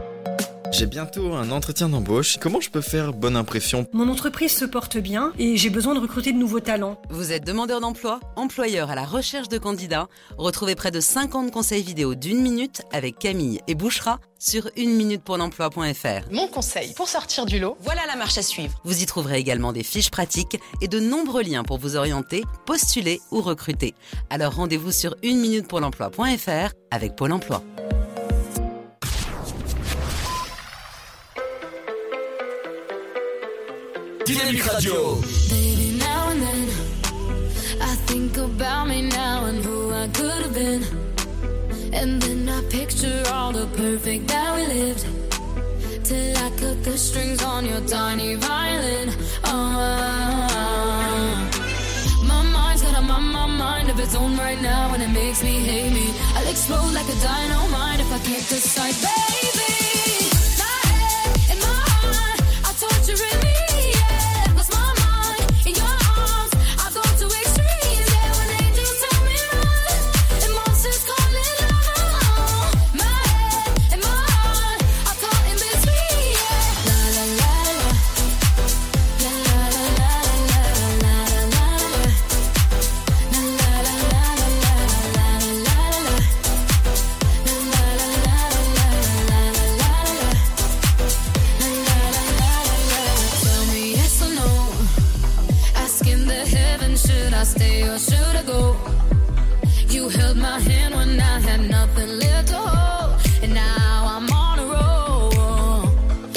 J'ai bientôt un entretien d'embauche. Comment je peux faire bonne impression? Mon entreprise se porte bien et j'ai besoin de recruter de nouveaux talents. Vous êtes demandeur d'emploi, employeur à la recherche de candidats? Retrouvez près de 50 conseils vidéo d'1 minute avec Camille et Bouchra sur 1minutepourlemploi.fr. Mon conseil pour sortir du lot, voilà la marche à suivre. Vous y trouverez également des fiches pratiques et de nombreux liens pour vous orienter, postuler ou recruter. Alors rendez-vous sur 1minutepourlemploi.fr avec Pôle emploi. Dynamique Radio. Baby, now and then I think about me now and who I could have been. And then I picture all the perfect that we lived. Till I cut the strings on your tiny violin. My mind's got a mind of its own right now, and it makes me hate me. I'll explode like a dynamite if I can't decide, baby. My head and my heart are torturing me. Stay or should I go? You held my hand when I had nothing left to hold, and now I'm on a roll.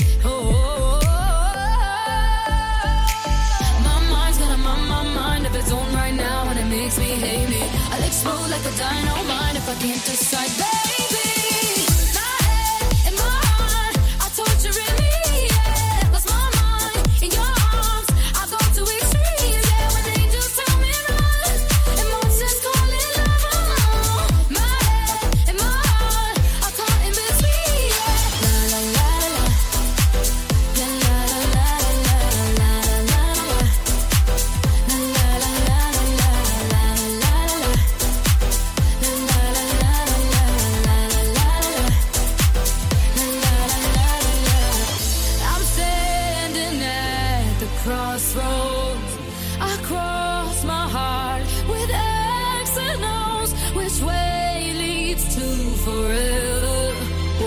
My mind's got a mind of its own right now, and it makes me hate me. I'll explode like a dynamite if I can't decide, baby. My head and my heart are torturing me. Yeah, lost my mind in your arms. I go to extremes. Yeah, when angels tell me run, emotions calling love. My head and my heart are caught in between. Yeah, la la la la, la la la la la la la la, la la la la la la la la la. forever.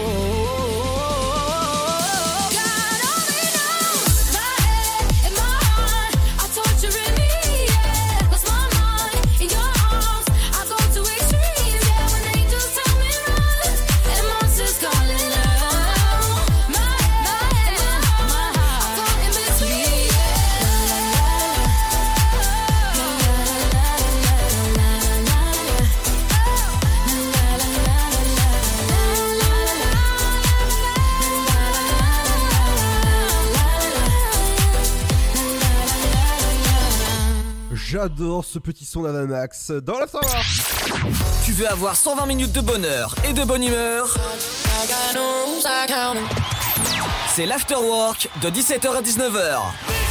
God only knows my head and my heart are torturing me. Yeah, lost my mind in your arms. I go to extremes. Yeah, when angels tell me run and monsters calling out. My head and my heart are caught in between. J'adore ce petit son d'Avamax dans l'Afterwork. Tu veux avoir 120 minutes de bonheur et de bonne humeur? C'est l'Afterwork de 17h à 19h.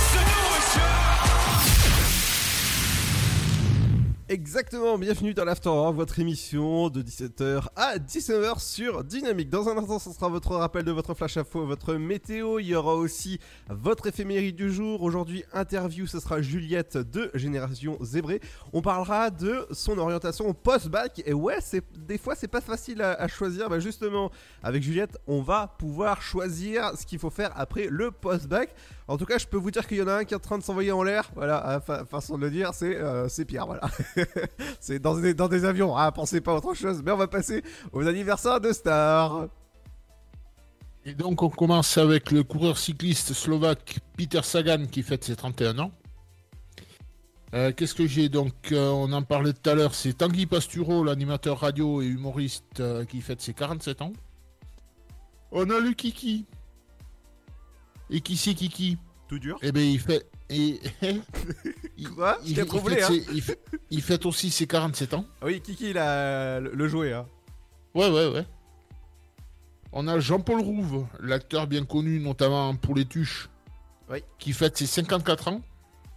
Exactement, bienvenue dans l'Afterwork, votre émission de 17h à 19h sur Dynamique. Dans un instant, ce sera votre rappel de votre flash info, votre météo. Il y aura aussi votre éphéméride du jour. Aujourd'hui, interview, ce sera Juliette de Génération Zébré. On parlera de son orientation post-bac. Et ouais, des fois, c'est pas facile à choisir. Bah justement, avec Juliette, on va pouvoir choisir ce qu'il faut faire après le post-bac. En tout cas, je peux vous dire qu'il y en a un qui est en train de s'envoyer en l'air. Voilà, façon de le dire, c'est Pierre, voilà. C'est dans des avions, pensez pas à autre chose. Mais on va passer aux anniversaires de stars. Et donc on commence avec le coureur cycliste slovaque Peter Sagan qui fête ses 31 ans. Qu'est-ce que j'ai donc on en parlait tout à l'heure, c'est Tanguy Pastureau, l'animateur radio et humoriste qui fête ses 47 ans. On a le Kiki. Et qui c'est Kiki? Tout dur. Eh ben il fait... Quoi? Il fête aussi ses 47 ans. Ah oui, Kiki, le jouet. Hein. Ouais. On a Jean-Paul Rouve, l'acteur bien connu notamment pour Les Tuches, qui fête ses 54 ans.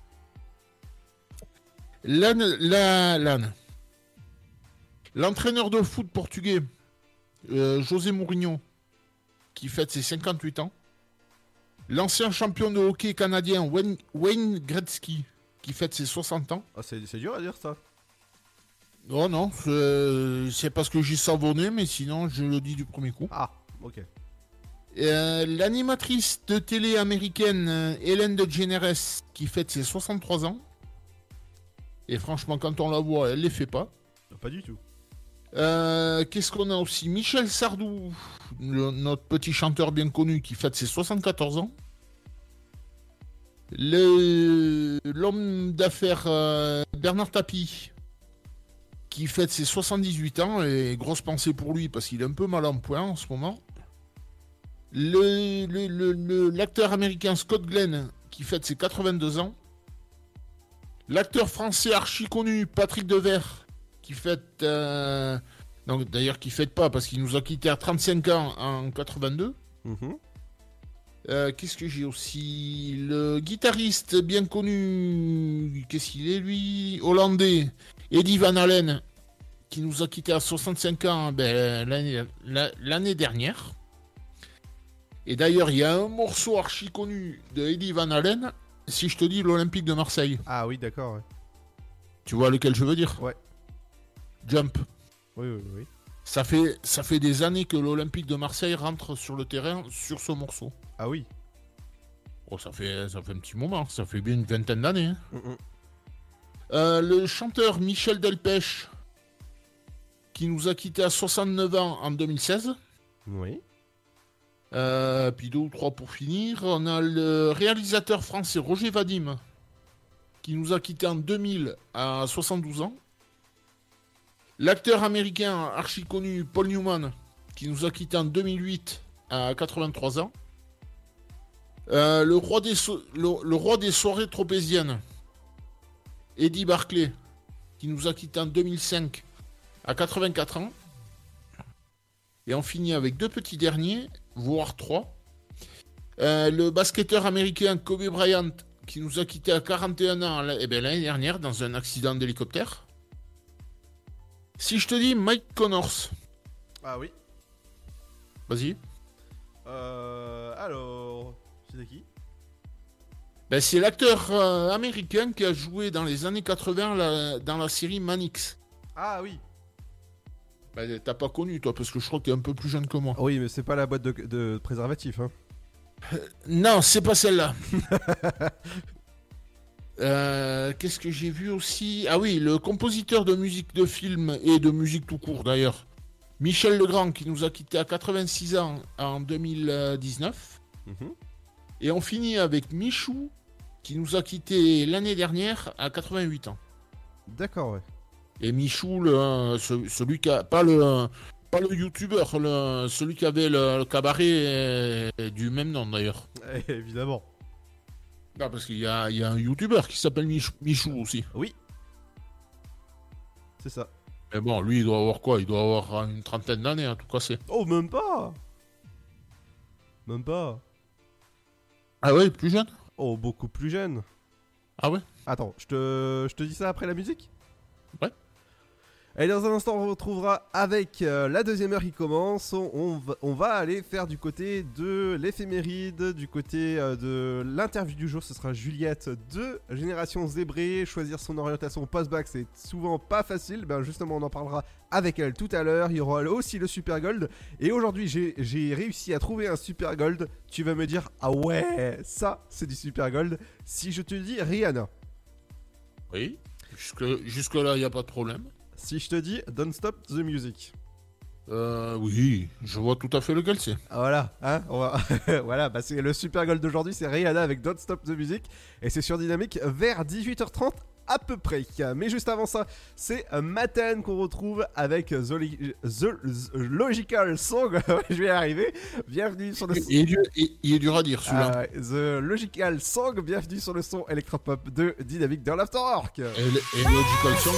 L'entraîneur de foot portugais, José Mourinho, qui fête ses 58 ans. L'ancien champion de hockey canadien Wayne Gretzky, qui fête ses 60 ans. Ah, c'est dur à dire ça. Oh non, c'est parce que j'ai savonné, mais sinon je le dis du premier coup. Ah, ok. L'animatrice de télé américaine Ellen DeGeneres, qui fête ses 63 ans. Et franchement, quand on la voit, elle les fait pas. Pas du tout. Qu'est-ce qu'on a aussi? Michel Sardou, notre petit chanteur bien connu qui fête ses 74 ans. L'homme d'affaires Bernard Tapie qui fête ses 78 ans, et grosse pensée pour lui parce qu'il est un peu mal en point en ce moment. L'acteur américain Scott Glenn qui fête ses 82 ans. L'acteur français archi connu Patrick Devers qui fête... donc d'ailleurs qui fête pas parce qu'il nous a quitté à 35 ans en 82. Qu'est-ce que j'ai aussi? Le guitariste bien connu, qu'est-ce qu'il est lui? Hollandais, Eddie Van Halen, qui nous a quitté à 65 ans l'année dernière. Et d'ailleurs, il y a un morceau archi connu de Eddie Van Halen, si je te dis l'Olympique de Marseille. Ah oui, d'accord, ouais. Tu vois lequel je veux dire? Ouais. Jump. Oui. Ça fait des années que l'Olympique de Marseille rentre sur le terrain sur ce morceau. Ah oui. Oh, ça fait un petit moment, ça fait bien une vingtaine d'années. Le chanteur Michel Delpech, qui nous a quitté à 69 ans en 2016. Oui. Puis 2 ou 3 pour finir. On a le réalisateur français Roger Vadim, qui nous a quitté en 2000 à 72 ans. L'acteur américain archi connu Paul Newman, qui nous a quitté en 2008 à 83 ans. Le roi des soirées tropéziennes, Eddie Barclay, qui nous a quitté en 2005 à 84 ans. Et on finit avec 2 petits derniers, voire 3. Le basketteur américain Kobe Bryant, qui nous a quitté à 41 ans l'année dernière dans un accident d'hélicoptère. Si je te dis Mike Connors. Ah oui. Vas-y. Alors, c'est qui? C'est l'acteur américain qui a joué dans les années 80 dans la série Mannix. Ah oui. Bah, t'as pas connu, toi, parce que je crois que t'es un peu plus jeune que moi. Oui, mais c'est pas la boîte de préservatif, hein. Non, c'est pas celle-là. Qu'est-ce que j'ai vu aussi? Ah oui, le compositeur de musique de film et de musique tout court, d'ailleurs. Michel Legrand, qui nous a quittés à 86 ans en 2019. Et on finit avec Michou, qui nous a quittés l'année dernière à 88 ans. D'accord, ouais. Et Michou, celui qui a... Pas le youtubeur, celui qui avait le cabaret du même nom, d'ailleurs. Évidemment. Non, parce qu'il y a un youtubeur qui s'appelle Michou aussi. Oui. C'est ça. Mais bon, lui, il doit avoir quoi? Il doit avoir une trentaine d'années, en tout cas, c'est... Oh, même pas. Même pas. Ah ouais, plus jeune? Oh, beaucoup plus jeune. Ah ouais? Attends, je te dis ça après la musique? Ouais. Et dans un instant, on retrouvera avec la deuxième heure qui commence. On va aller faire du côté de l'éphéméride, du côté de l'interview du jour. Ce sera Juliette de Génération Zébré. Choisir son orientation post-bac, c'est souvent pas facile. Ben justement, on en parlera avec elle tout à l'heure. Il y aura aussi le Super Gold. Et aujourd'hui, j'ai réussi à trouver un Super Gold. Tu vas me dire, ah ouais, ça, c'est du Super Gold. Si je te dis Rihanna. Oui, jusque-là, il n'y a pas de problème. Si je te dis Don't Stop the Music. Oui, je vois tout à fait lequel c'est. Voilà, hein, voilà, bah c'est le Super Gold d'aujourd'hui, c'est Rihanna avec Don't Stop the Music. Et c'est sur Dynamique vers 18h30 à peu près. Mais juste avant ça, c'est Maten qu'on retrouve avec The Logical Song. Je vais y arriver. Bienvenue sur le son. Il est dur à dire celui-là. The Logical Song, bienvenue sur le son électropop de Dynamique dans l'Afterwork. Et Logical Song,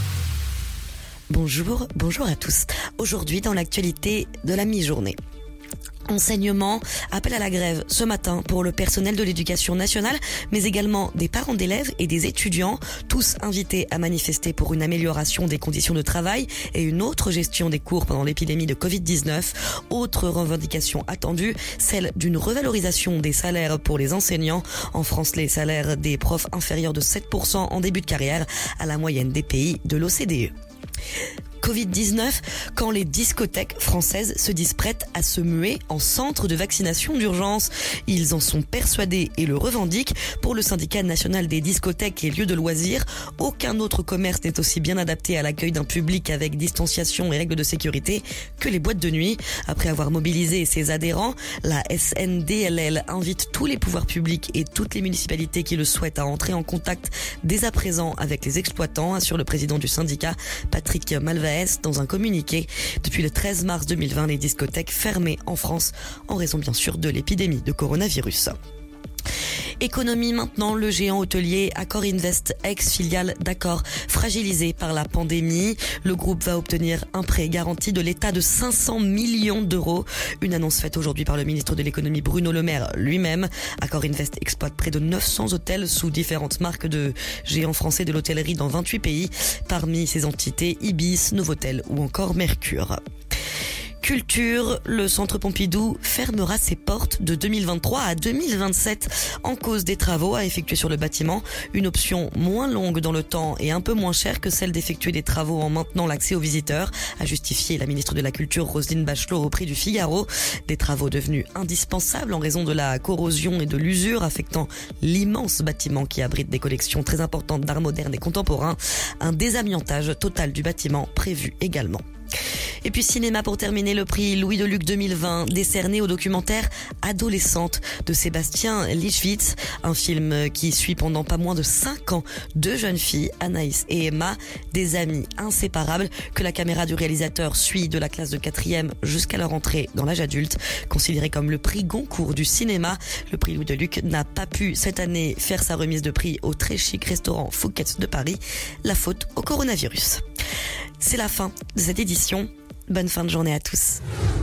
Bonjour à tous. Aujourd'hui, dans l'actualité de la mi-journée. Enseignement, appel à la grève ce matin pour le personnel de l'éducation nationale, mais également des parents d'élèves et des étudiants, tous invités à manifester pour une amélioration des conditions de travail et une autre gestion des cours pendant l'épidémie de Covid-19. Autre revendication attendue, celle d'une revalorisation des salaires pour les enseignants. En France, les salaires des profs inférieurs de 7% en début de carrière à la moyenne des pays de l'OCDE. Covid-19, quand les discothèques françaises se disent prêtes à se muer en centre de vaccination d'urgence. Ils en sont persuadés et le revendiquent. Pour le syndicat national des discothèques et lieux de loisirs, aucun autre commerce n'est aussi bien adapté à l'accueil d'un public avec distanciation et règles de sécurité que les boîtes de nuit. Après avoir mobilisé ses adhérents, la SNDLL invite tous les pouvoirs publics et toutes les municipalités qui le souhaitent à entrer en contact dès à présent avec les exploitants, assure le président du syndicat, Patrick Malvaez, dans un communiqué. Depuis le 13 mars 2020, les discothèques fermées en France en raison bien sûr de l'épidémie de coronavirus. Économie maintenant, le géant hôtelier Accor Invest, ex-filiale d'Accor, fragilisé par la pandémie. Le groupe va obtenir un prêt garanti de l'État de 500 millions d'euros. Une annonce faite aujourd'hui par le ministre de l'économie Bruno Le Maire lui-même. Accor Invest exploite près de 900 hôtels sous différentes marques de géants français de l'hôtellerie dans 28 pays. Parmi ces entités, Ibis, Novotel ou encore Mercure. Culture, le Centre Pompidou fermera ses portes de 2023 à 2027 en cause des travaux à effectuer sur le bâtiment. Une option moins longue dans le temps et un peu moins chère que celle d'effectuer des travaux en maintenant l'accès aux visiteurs, a justifié la ministre de la Culture Roselyne Bachelot au prix du Figaro. Des travaux devenus indispensables en raison de la corrosion et de l'usure affectant l'immense bâtiment qui abrite des collections très importantes d'art moderne et contemporain. Un désamiantage total du bâtiment prévu également. Et puis cinéma pour terminer, le prix Louis Deluc 2020 décerné au documentaire Adolescente de Sébastien Lischwitz, un film qui suit pendant pas moins de 5 ans deux jeunes filles, Anaïs et Emma, des amies inséparables que la caméra du réalisateur suit de la classe de 4e jusqu'à leur entrée dans l'âge adulte. Considéré comme le prix Goncourt du cinéma, le prix Louis Deluc n'a pas pu cette année faire sa remise de prix au très chic restaurant Fouquet's de Paris, la faute au coronavirus. C'est la fin de cette édition. Bonne fin de journée à tous.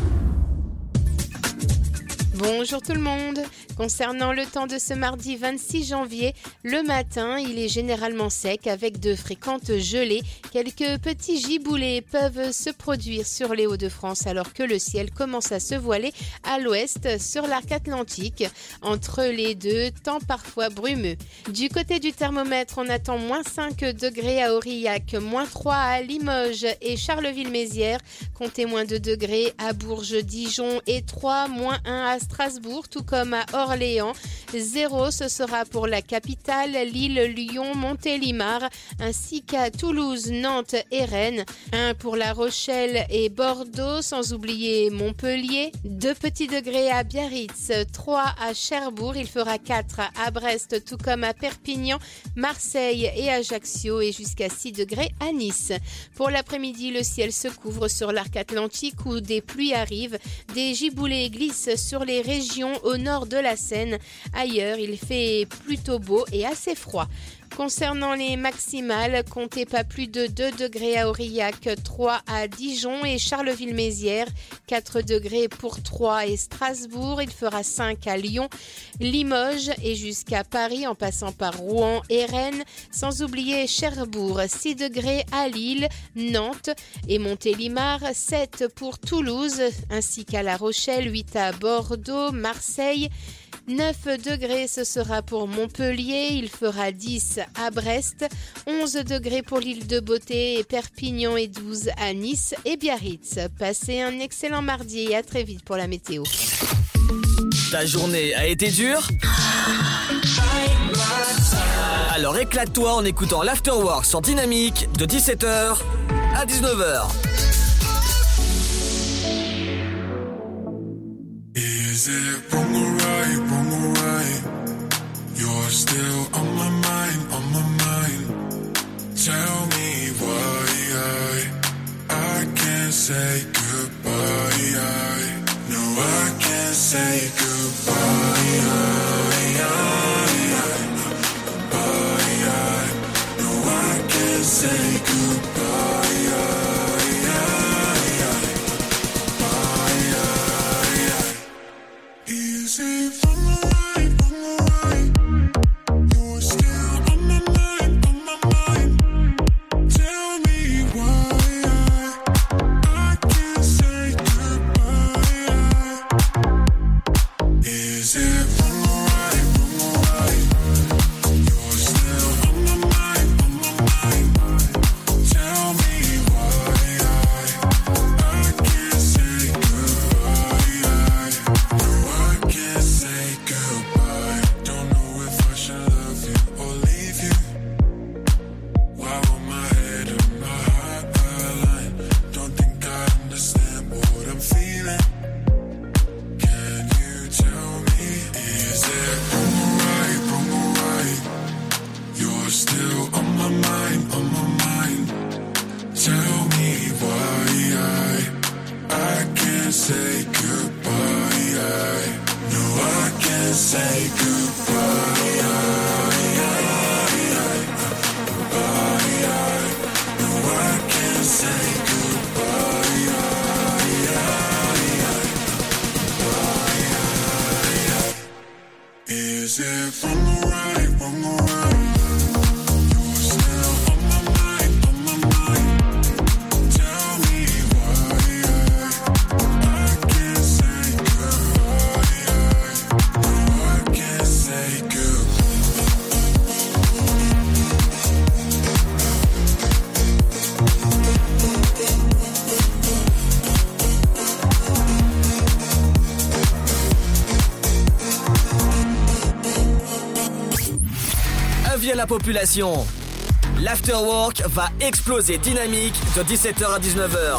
Bonjour tout le monde. Concernant le temps de ce mardi 26 janvier, le matin, il est généralement sec avec de fréquentes gelées. Quelques petits giboulées peuvent se produire sur les Hauts-de-France alors que le ciel commence à se voiler à l'ouest sur l'arc atlantique. Entre les deux, temps parfois brumeux. Du côté du thermomètre, on attend moins 5 degrés à Aurillac, moins 3 à Limoges et Charleville-Mézières, comptez moins 2 degrés à Bourges, Dijon et 3, moins 1 à Strasbourg, tout comme à Orléans. 0, ce sera pour la capitale, Lille, Lyon, Montélimar, ainsi qu'à Toulouse, Nantes et Rennes. 1 pour La Rochelle et Bordeaux, sans oublier Montpellier. 2 petits degrés à Biarritz, 3 à Cherbourg, il fera 4 à Brest, tout comme à Perpignan, Marseille et Ajaccio, et jusqu'à 6 degrés à Nice. Pour l'après-midi, le ciel se couvre sur l'arc atlantique où des pluies arrivent. Des giboulées glissent sur les régions au nord de la Seine. Ailleurs, il fait plutôt beau et assez froid. Concernant les maximales, comptez pas plus de 2 degrés à Aurillac, 3 à Dijon et Charleville-Mézières, 4 degrés pour Troyes et Strasbourg, il fera 5 à Lyon, Limoges et jusqu'à Paris en passant par Rouen et Rennes, sans oublier Cherbourg, 6 degrés à Lille, Nantes et Montélimar, 7 pour Toulouse, ainsi qu'à La Rochelle, 8 à Bordeaux, Marseille, 9 degrés, ce sera pour Montpellier, il fera 10 à Brest, 11 degrés pour l'île de Beauté et Perpignan et 12 à Nice et Biarritz. Passez un excellent mardi et à très vite pour la météo. Ta journée a été dure ? Alors éclate-toi en écoutant l'Afterwork sur Dynamique de 17h à 19h. Is it wrong or right, wrong or right? You're still on my mind. Tell me why I can't say goodbye. No, I can't say goodbye. No, I can't say goodbye. avis à la population. L'afterwork va exploser dynamique de 17h à 19h.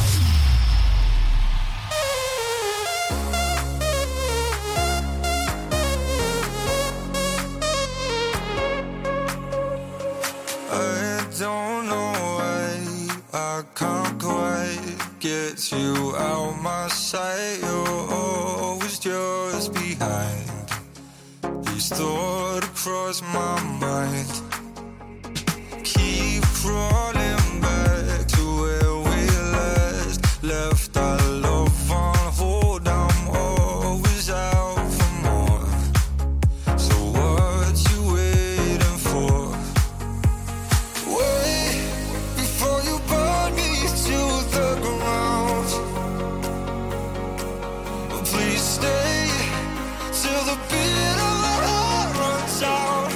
I don't know why I can't quite get you out my sight. You're always just behind. These thoughts cross my mind. Keep crawling back to where we left our love on hold. I'm always out for more. So what you waiting for? Wait before you burn me to the ground. Please stay till the beat of my heart runs out.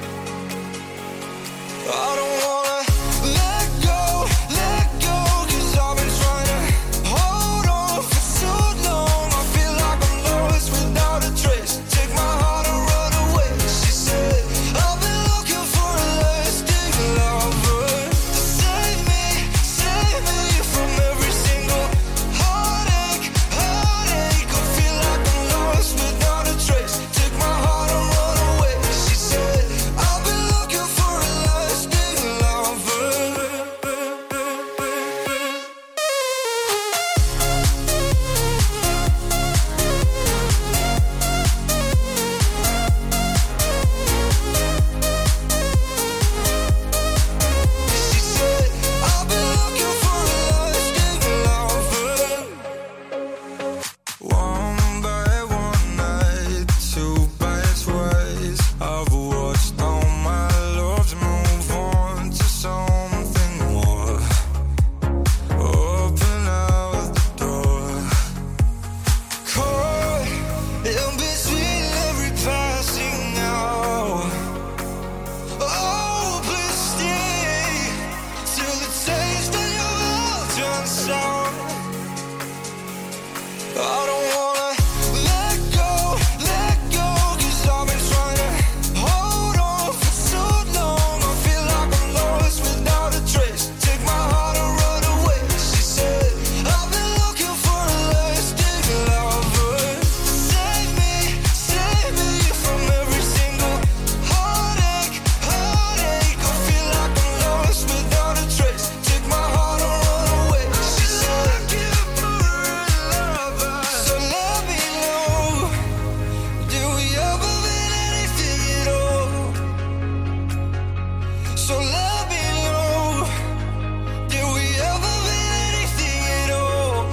I don't wanna let go, 'cause I've been trying to hold on for so long. I feel like I'm lost without a trace. Take my heart and run away. She said, I've been looking for a lasting lover to save me from every single heartache. I feel like I'm lost without a trace. Take my heart and run away. She said, I've been looking for a lasting lover. She said, I've been looking for a lasting lover. One by one night, two by twice, I've watched all my loves move on to something more. Open out the door. Caught in between every passing hour. Oh, please stay till the taste of your mouth turns sour. I don't wanna let go, 'cause I've been trying to hold on for so long. I feel like I'm lost without a trace. Take my heart and run away. She said, I've been looking for a lasting lover to save me from every single heartache. I feel like I'm lost without a trace. Take my heart and run away. She said, so let me know, did we ever mean anything at all? So let me know, did we ever mean anything at all?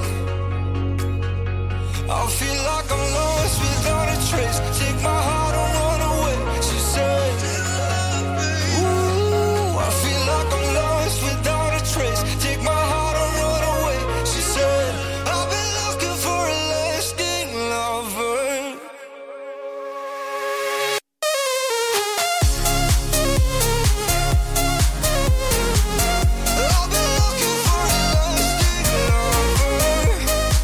I feel like I'm lost without a trace. Take my heart and run away. She said, ooh, I feel like I'm lost without a trace. Take my heart and run away. She said, I've been looking for a lasting lover. I've been looking for a lasting lover.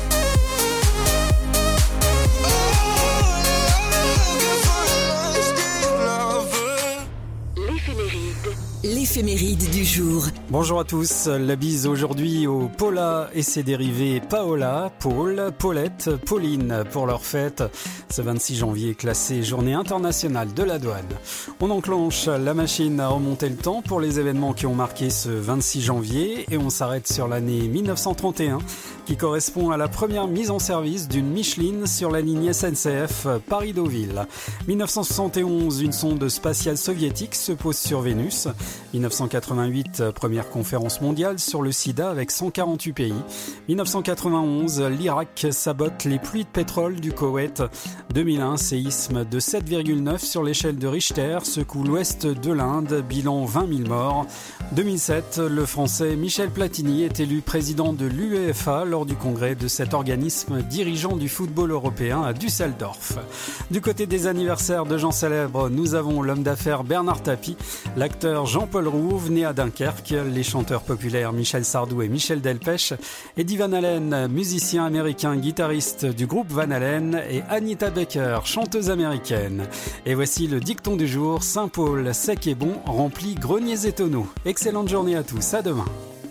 L'éphéméride du jour. Bonjour à tous, la bise aujourd'hui aux Paula et ses dérivés Paola, Paul, Paulette, Pauline pour leur fête. Ce 26 janvier classé journée internationale de la douane. On enclenche la machine à remonter le temps pour les événements qui ont marqué ce 26 janvier et on s'arrête sur l'année 1931 qui correspond à la première mise en service d'une Micheline sur la ligne SNCF Paris-Deauville. 1971, une sonde spatiale soviétique se pose sur Vénus. 1988, première conférence mondiale sur le sida avec 148 pays. 1991, l'Irak sabote les pluies de pétrole du Koweït. 2001, séisme de 7,9 sur l'échelle de Richter secoue l'ouest de l'Inde, bilan 20 000 morts. 2007, le Français Michel Platini est élu président de l'UEFA lors du congrès de cet organisme dirigeant du football européen à Düsseldorf. Du côté des anniversaires de gens célèbres, nous avons l'homme d'affaires Bernard Tapie, l'acteur Jean-Paul Paul Rouve, né à Dunkerque, les chanteurs populaires Michel Sardou et Michel Delpech, Eddie Van Halen, musicien américain, guitariste du groupe Van Halen, et Anita Baker, chanteuse américaine. Et voici le dicton du jour, Saint-Paul, sec et bon, remplit greniers et tonneaux. Excellente journée à tous, à demain.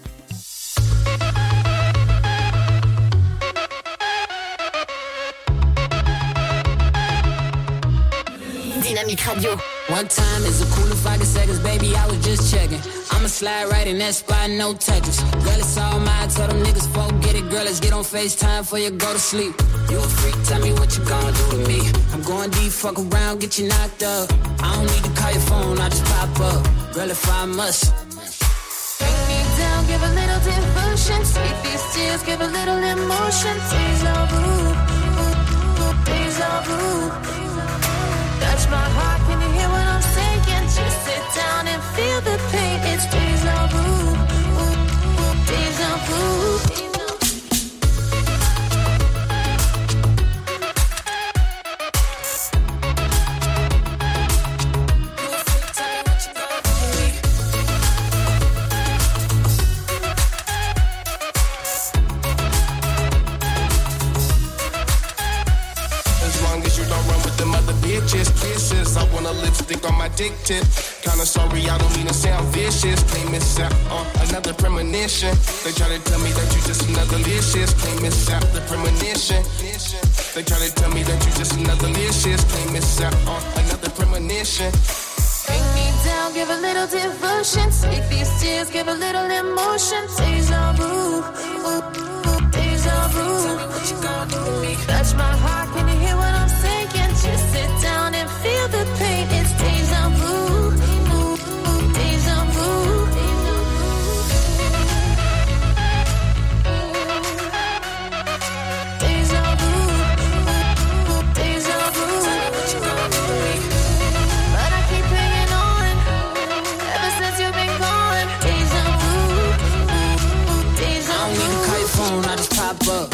Dynamique Radio. One time is a cool 5 seconds, baby, I was just checking. I'ma slide right in that spot, no Tetris. Girl, it's all mine, tell them niggas forget it. Girl, let's get on FaceTime before you go to sleep. You a freak, tell me what you gonna do to me. I'm going deep, fuck around, get you knocked up. I don't need to call your phone, I just pop up. Girl, if I must. Bring me down, give a little devotion. Sweet these tears, give a little emotion. Deja vu, deja vu. Touch my heart, can you hear what I'm saying? Just sit down and feel the pain. It's deja vu, deja vu. Just kisses, I want a lipstick on my dick tip. Kinda sorry, I don't mean to sound vicious. Can't miss out on another premonition. They try to tell me that you just another licious. Can't miss out the premonition. They try to tell me that you just another licious. Can't miss out on another premonition. Bring me down, give a little devotion. Sweet these tears, give a little emotion. Deja vu, deja vu. Tell me what you gonna do to me. Touch my heart, can you hear what I'm saying? Just sit down and feel the pain. It's deja vu, deja vu. Deja vu, deja vu. Tell me what you gonna do to me. But I keep hanging on, ever since you've been gone. Deja vu, deja vu. I don't need to call your phone, I just pop up.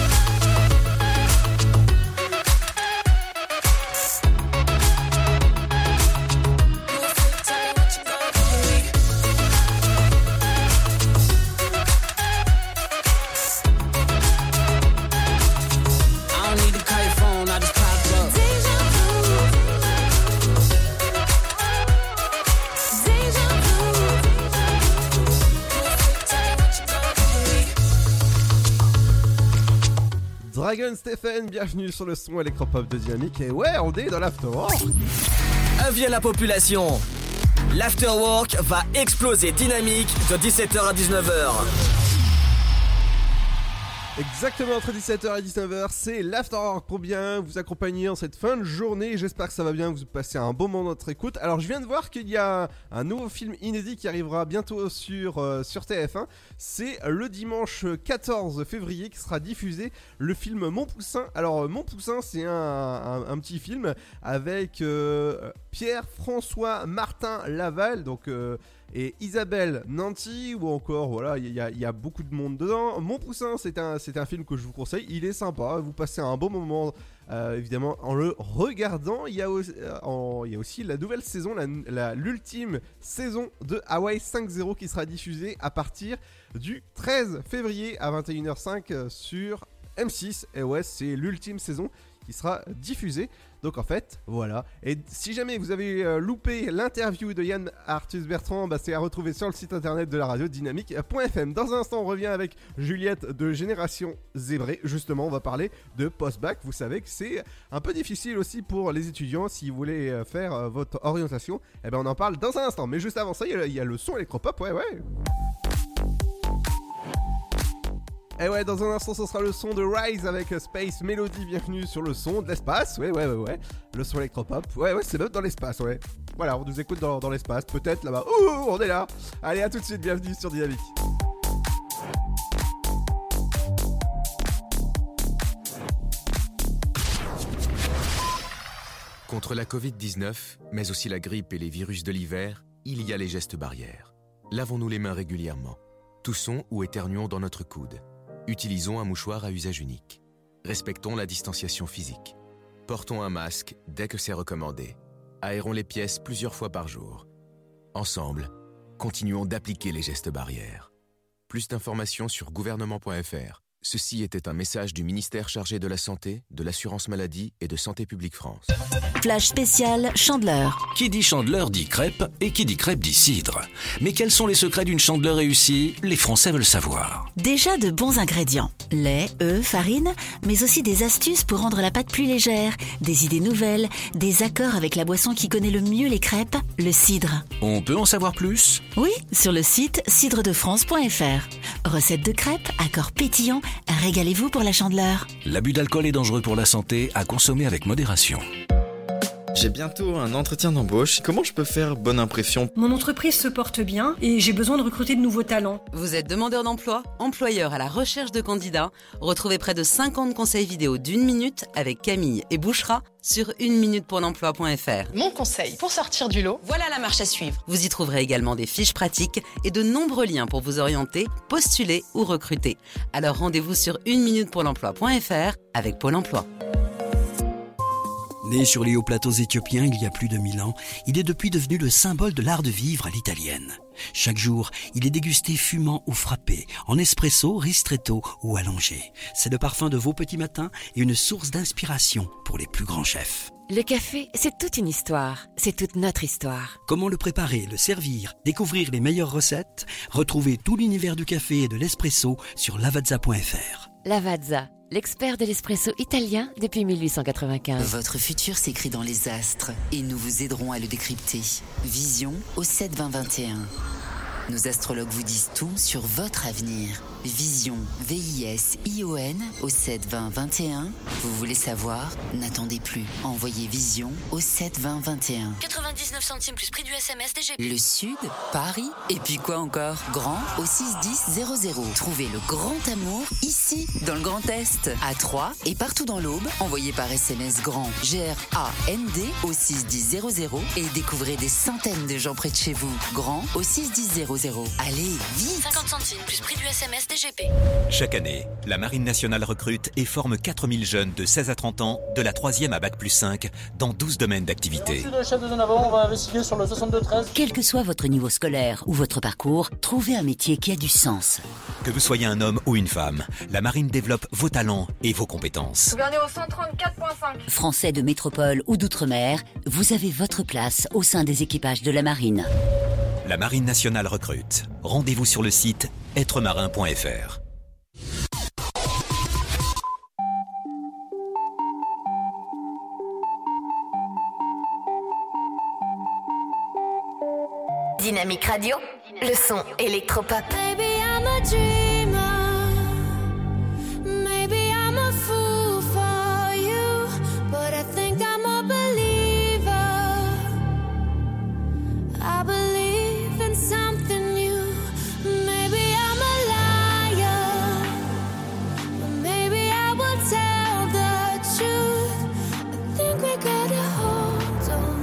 Dragon Stephen, bienvenue sur le son électropop de Dynamique. Et ouais, on est dans l'afterwork. Avis à la population, l'afterwork va exploser Dynamique de 17h à 19h. Exactement, entre 17h et 19h, c'est l'afterwork pour bien vous accompagner en cette fin de journée. J'espère que ça va bien, que vous passez un bon moment de notre écoute. Alors je viens de voir qu'il y a un nouveau film inédit qui arrivera bientôt sur TF1. C'est le dimanche 14 février qui sera diffusé, le film Mon Poussin. Alors Mon Poussin, c'est un petit film avec Pierre-François Martin Laval, donc et Isabelle Nanty, ou encore voilà, il y a beaucoup de monde dedans. Mon Poussin, c'est un film que je vous conseille, il est sympa, vous passez un bon moment évidemment en le regardant. Il y a aussi la nouvelle saison, l'ultime saison de Hawaii 5.0 qui sera diffusée à partir du 13 février à 21h05 sur M6. Et ouais, c'est l'ultime saison qui sera diffusée. Donc en fait, voilà. Et si jamais vous avez loupé l'interview de Yann Arthus Bertrand, c'est à retrouver sur le site internet de la radio dynamique.fm. Dans un instant, on revient avec Juliette de Génération Zébré. Justement, on va parler de post-bac. Vous savez que c'est un peu difficile aussi pour les étudiants si vous voulez faire votre orientation. Eh ben, on en parle dans un instant. Mais juste avant ça, il y a le son électropop. Ouais. Et ouais, dans un instant, ce sera le son de Rise avec Space Melody. Bienvenue sur le son de l'espace. Ouais. Le son électropop. Ouais, c'est même dans l'espace, ouais. Voilà, on nous écoute dans l'espace. Peut-être là-bas. Ouh, on est là. Allez, à tout de suite. Bienvenue sur Dynamique. Contre la Covid-19, mais aussi la grippe et les virus de l'hiver, il y a les gestes barrières. Lavons-nous les mains régulièrement. Toussons ou éternuons dans notre coude. Utilisons un mouchoir à usage unique. Respectons la distanciation physique. Portons un masque dès que c'est recommandé. Aérons les pièces plusieurs fois par jour. Ensemble, continuons d'appliquer les gestes barrières. Plus d'informations sur gouvernement.fr. Ceci était un message du ministère chargé de la Santé, de l'Assurance Maladie et de Santé Publique France. Flash spécial Chandeleur. Qui dit Chandeleur dit crêpe et qui dit crêpe dit cidre. Mais quels sont les secrets d'une Chandeleur réussie? Les Français veulent savoir. Déjà de bons ingrédients. Lait, œufs, farine, mais aussi des astuces pour rendre la pâte plus légère, des idées nouvelles, des accords avec la boisson qui connaît le mieux les crêpes, le cidre. On peut en savoir plus? Oui, sur le site cidredefrance.fr. Recettes de crêpes, accords pétillants, régalez-vous pour la Chandeleur. L'abus d'alcool est dangereux pour la santé, à consommer avec modération. J'ai bientôt un entretien d'embauche. Comment je peux faire bonne impression? Mon entreprise se porte bien et j'ai besoin de recruter de nouveaux talents. Vous êtes demandeur d'emploi, employeur à la recherche de candidats? Retrouvez près de 50 conseils vidéo d'1 minute avec Camille et Bouchra sur 1minutepourlemploi.fr. Mon conseil pour sortir du lot, voilà la marche à suivre. Vous y trouverez également des fiches pratiques et de nombreux liens pour vous orienter, postuler ou recruter. Alors rendez-vous sur 1minutepourlemploi.fr avec Pôle emploi. Né sur les hauts plateaux éthiopiens il y a plus de 1000 ans, il est depuis devenu le symbole de l'art de vivre à l'italienne. Chaque jour, il est dégusté fumant ou frappé, en espresso, ristretto ou allongé. C'est le parfum de vos petits matins et une source d'inspiration pour les plus grands chefs. Le café, c'est toute une histoire. C'est toute notre histoire. Comment le préparer, le servir, découvrir les meilleures recettes? Retrouvez tout l'univers du café et de l'espresso sur lavazza.fr. Lavazza, l'expert de l'espresso italien depuis 1895. Votre futur s'écrit dans les astres et nous vous aiderons à le décrypter. Vision au 7-20-21. Nos astrologues vous disent tout sur votre avenir. Vision, V-I-S-I-O-N au 7-20-21. Vous voulez savoir? N'attendez plus. Envoyez Vision au 7-20-21. 99 centimes plus prix du SMS DGP. Le Sud, Paris, et puis quoi encore? Grand au 61000. Trouvez le grand amour ici, dans le Grand Est, à Troyes et partout dans l'Aube. Envoyez par SMS GRAND, G-R-A-N-D au 61000 et découvrez des centaines de gens près de chez vous. Grand au 61000. Allez, vite! 50 centimes plus prix du SMS DGP. Chaque année, la Marine nationale recrute et forme 4000 jeunes de 16 à 30 ans, de la 3e à Bac+5, dans 12 domaines d'activité. Le chef de zone avant, on va investiguer sur le 62-13. Quel que soit votre niveau scolaire ou votre parcours, trouvez un métier qui a du sens. Que vous soyez un homme ou une femme, la Marine développe vos talents et vos compétences. Gouverneur au 134.5. Français de métropole ou d'outre-mer, vous avez votre place au sein des équipages de la Marine. La Marine nationale recrute. Rendez-vous sur le site êtremarin.fr. Dynamique Radio, le son électropop. Maybe I'm a dreamer, maybe I'm a fool for you, but I think I'm a believer. I believe in something new. Maybe I'm a liar, but maybe I will tell the truth. I think we gotta hold on.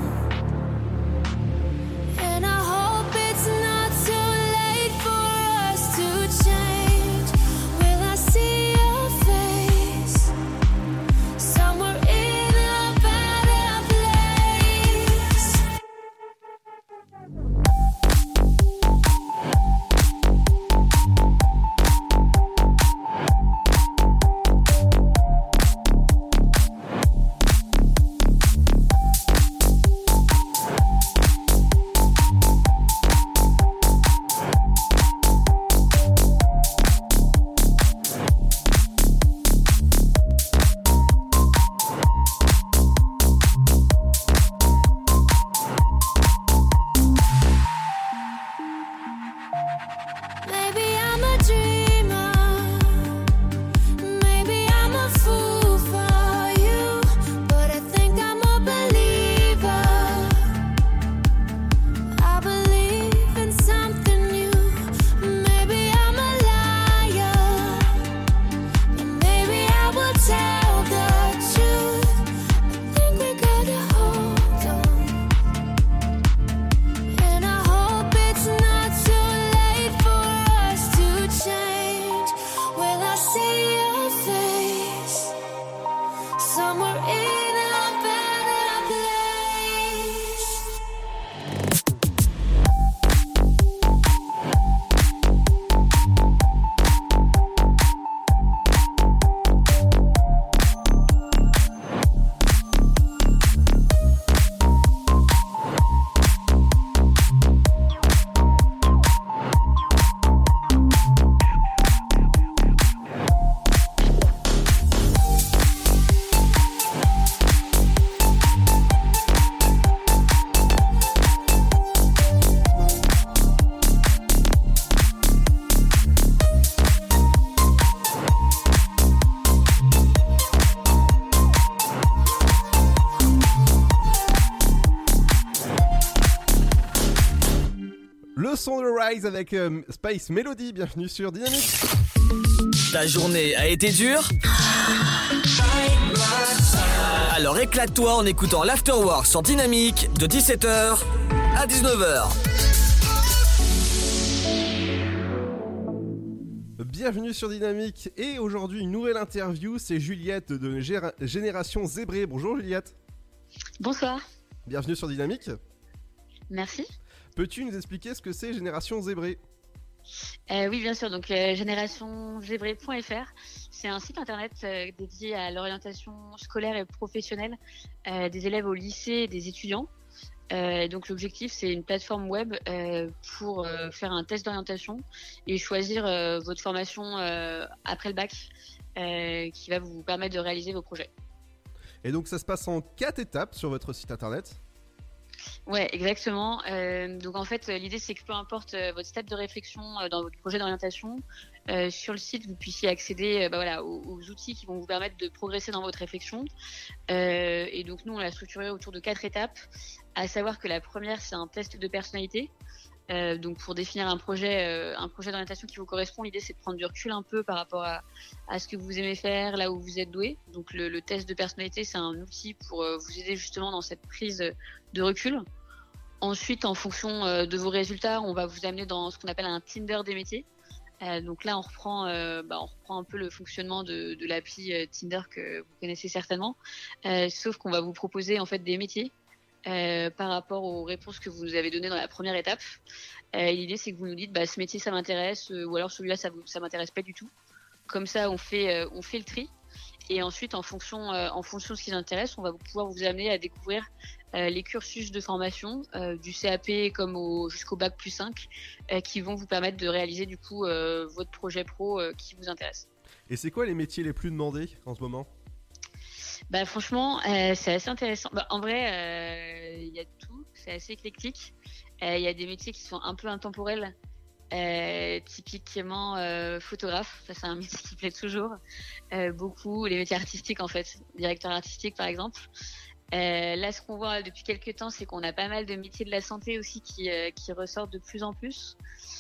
And I hope it's not too late for us to change. Will I see your face somewhere in a better place? Le son de Rise avec Space Melody, bienvenue sur Dynamique. Ta journée a été dure ? Alors éclate-toi en écoutant l'Afterwork sur Dynamique de 17h à 19h. Bienvenue sur Dynamique et aujourd'hui une nouvelle interview, c'est Juliette de Génération Zébré. Bonjour Juliette. Bonsoir. Bienvenue sur Dynamique. Merci. Peux-tu nous expliquer ce que c'est Génération Zébré ? Oui, bien sûr. Donc, générationzébré.fr, c'est un site internet dédié à l'orientation scolaire et professionnelle des élèves au lycée et des étudiants. Donc, l'objectif, c'est une plateforme web pour faire un test d'orientation et choisir votre formation après le bac qui va vous permettre de réaliser vos projets. Et donc, ça se passe en 4 étapes sur votre site internet ? Ouais, exactement. Donc en fait, l'idée c'est que peu importe votre stade de réflexion dans votre projet d'orientation, sur le site vous puissiez accéder aux outils qui vont vous permettre de progresser dans votre réflexion. Et donc nous on l'a structuré autour de 4 étapes, à savoir que la première c'est un test de personnalité. Donc pour définir un projet d'orientation qui vous correspond, l'idée c'est de prendre du recul un peu par rapport à ce que vous aimez faire, là où vous êtes doué. Donc le test de personnalité c'est un outil pour vous aider justement dans cette prise de recul. Ensuite, en fonction de vos résultats, on va vous amener dans ce qu'on appelle un Tinder des métiers. Donc là, on reprend un peu le fonctionnement de l'appli Tinder que vous connaissez certainement, sauf qu'on va vous proposer en fait des métiers par rapport aux réponses que vous nous avez données dans la première étape. L'idée, c'est que vous nous dites ce métier ça m'intéresse ou alors celui-là ça m'intéresse pas du tout. Comme ça, on fait le tri. Et ensuite, en fonction de ce qui nous intéresse, on va pouvoir vous amener à découvrir les cursus de formation du CAP jusqu'au bac plus 5 qui vont vous permettre de réaliser du coup votre projet pro qui vous intéresse. Et c'est quoi les métiers les plus demandés en ce moment ? Franchement, c'est assez intéressant. En vrai, il y a tout, c'est assez éclectique. Il y a des métiers qui sont un peu intemporels. Typiquement photographe, ça c'est un métier qui plaît toujours beaucoup, les métiers artistiques en fait, directeur artistique par exemple. Là ce qu'on voit depuis quelques temps c'est qu'on a pas mal de métiers de la santé aussi qui ressortent de plus en plus.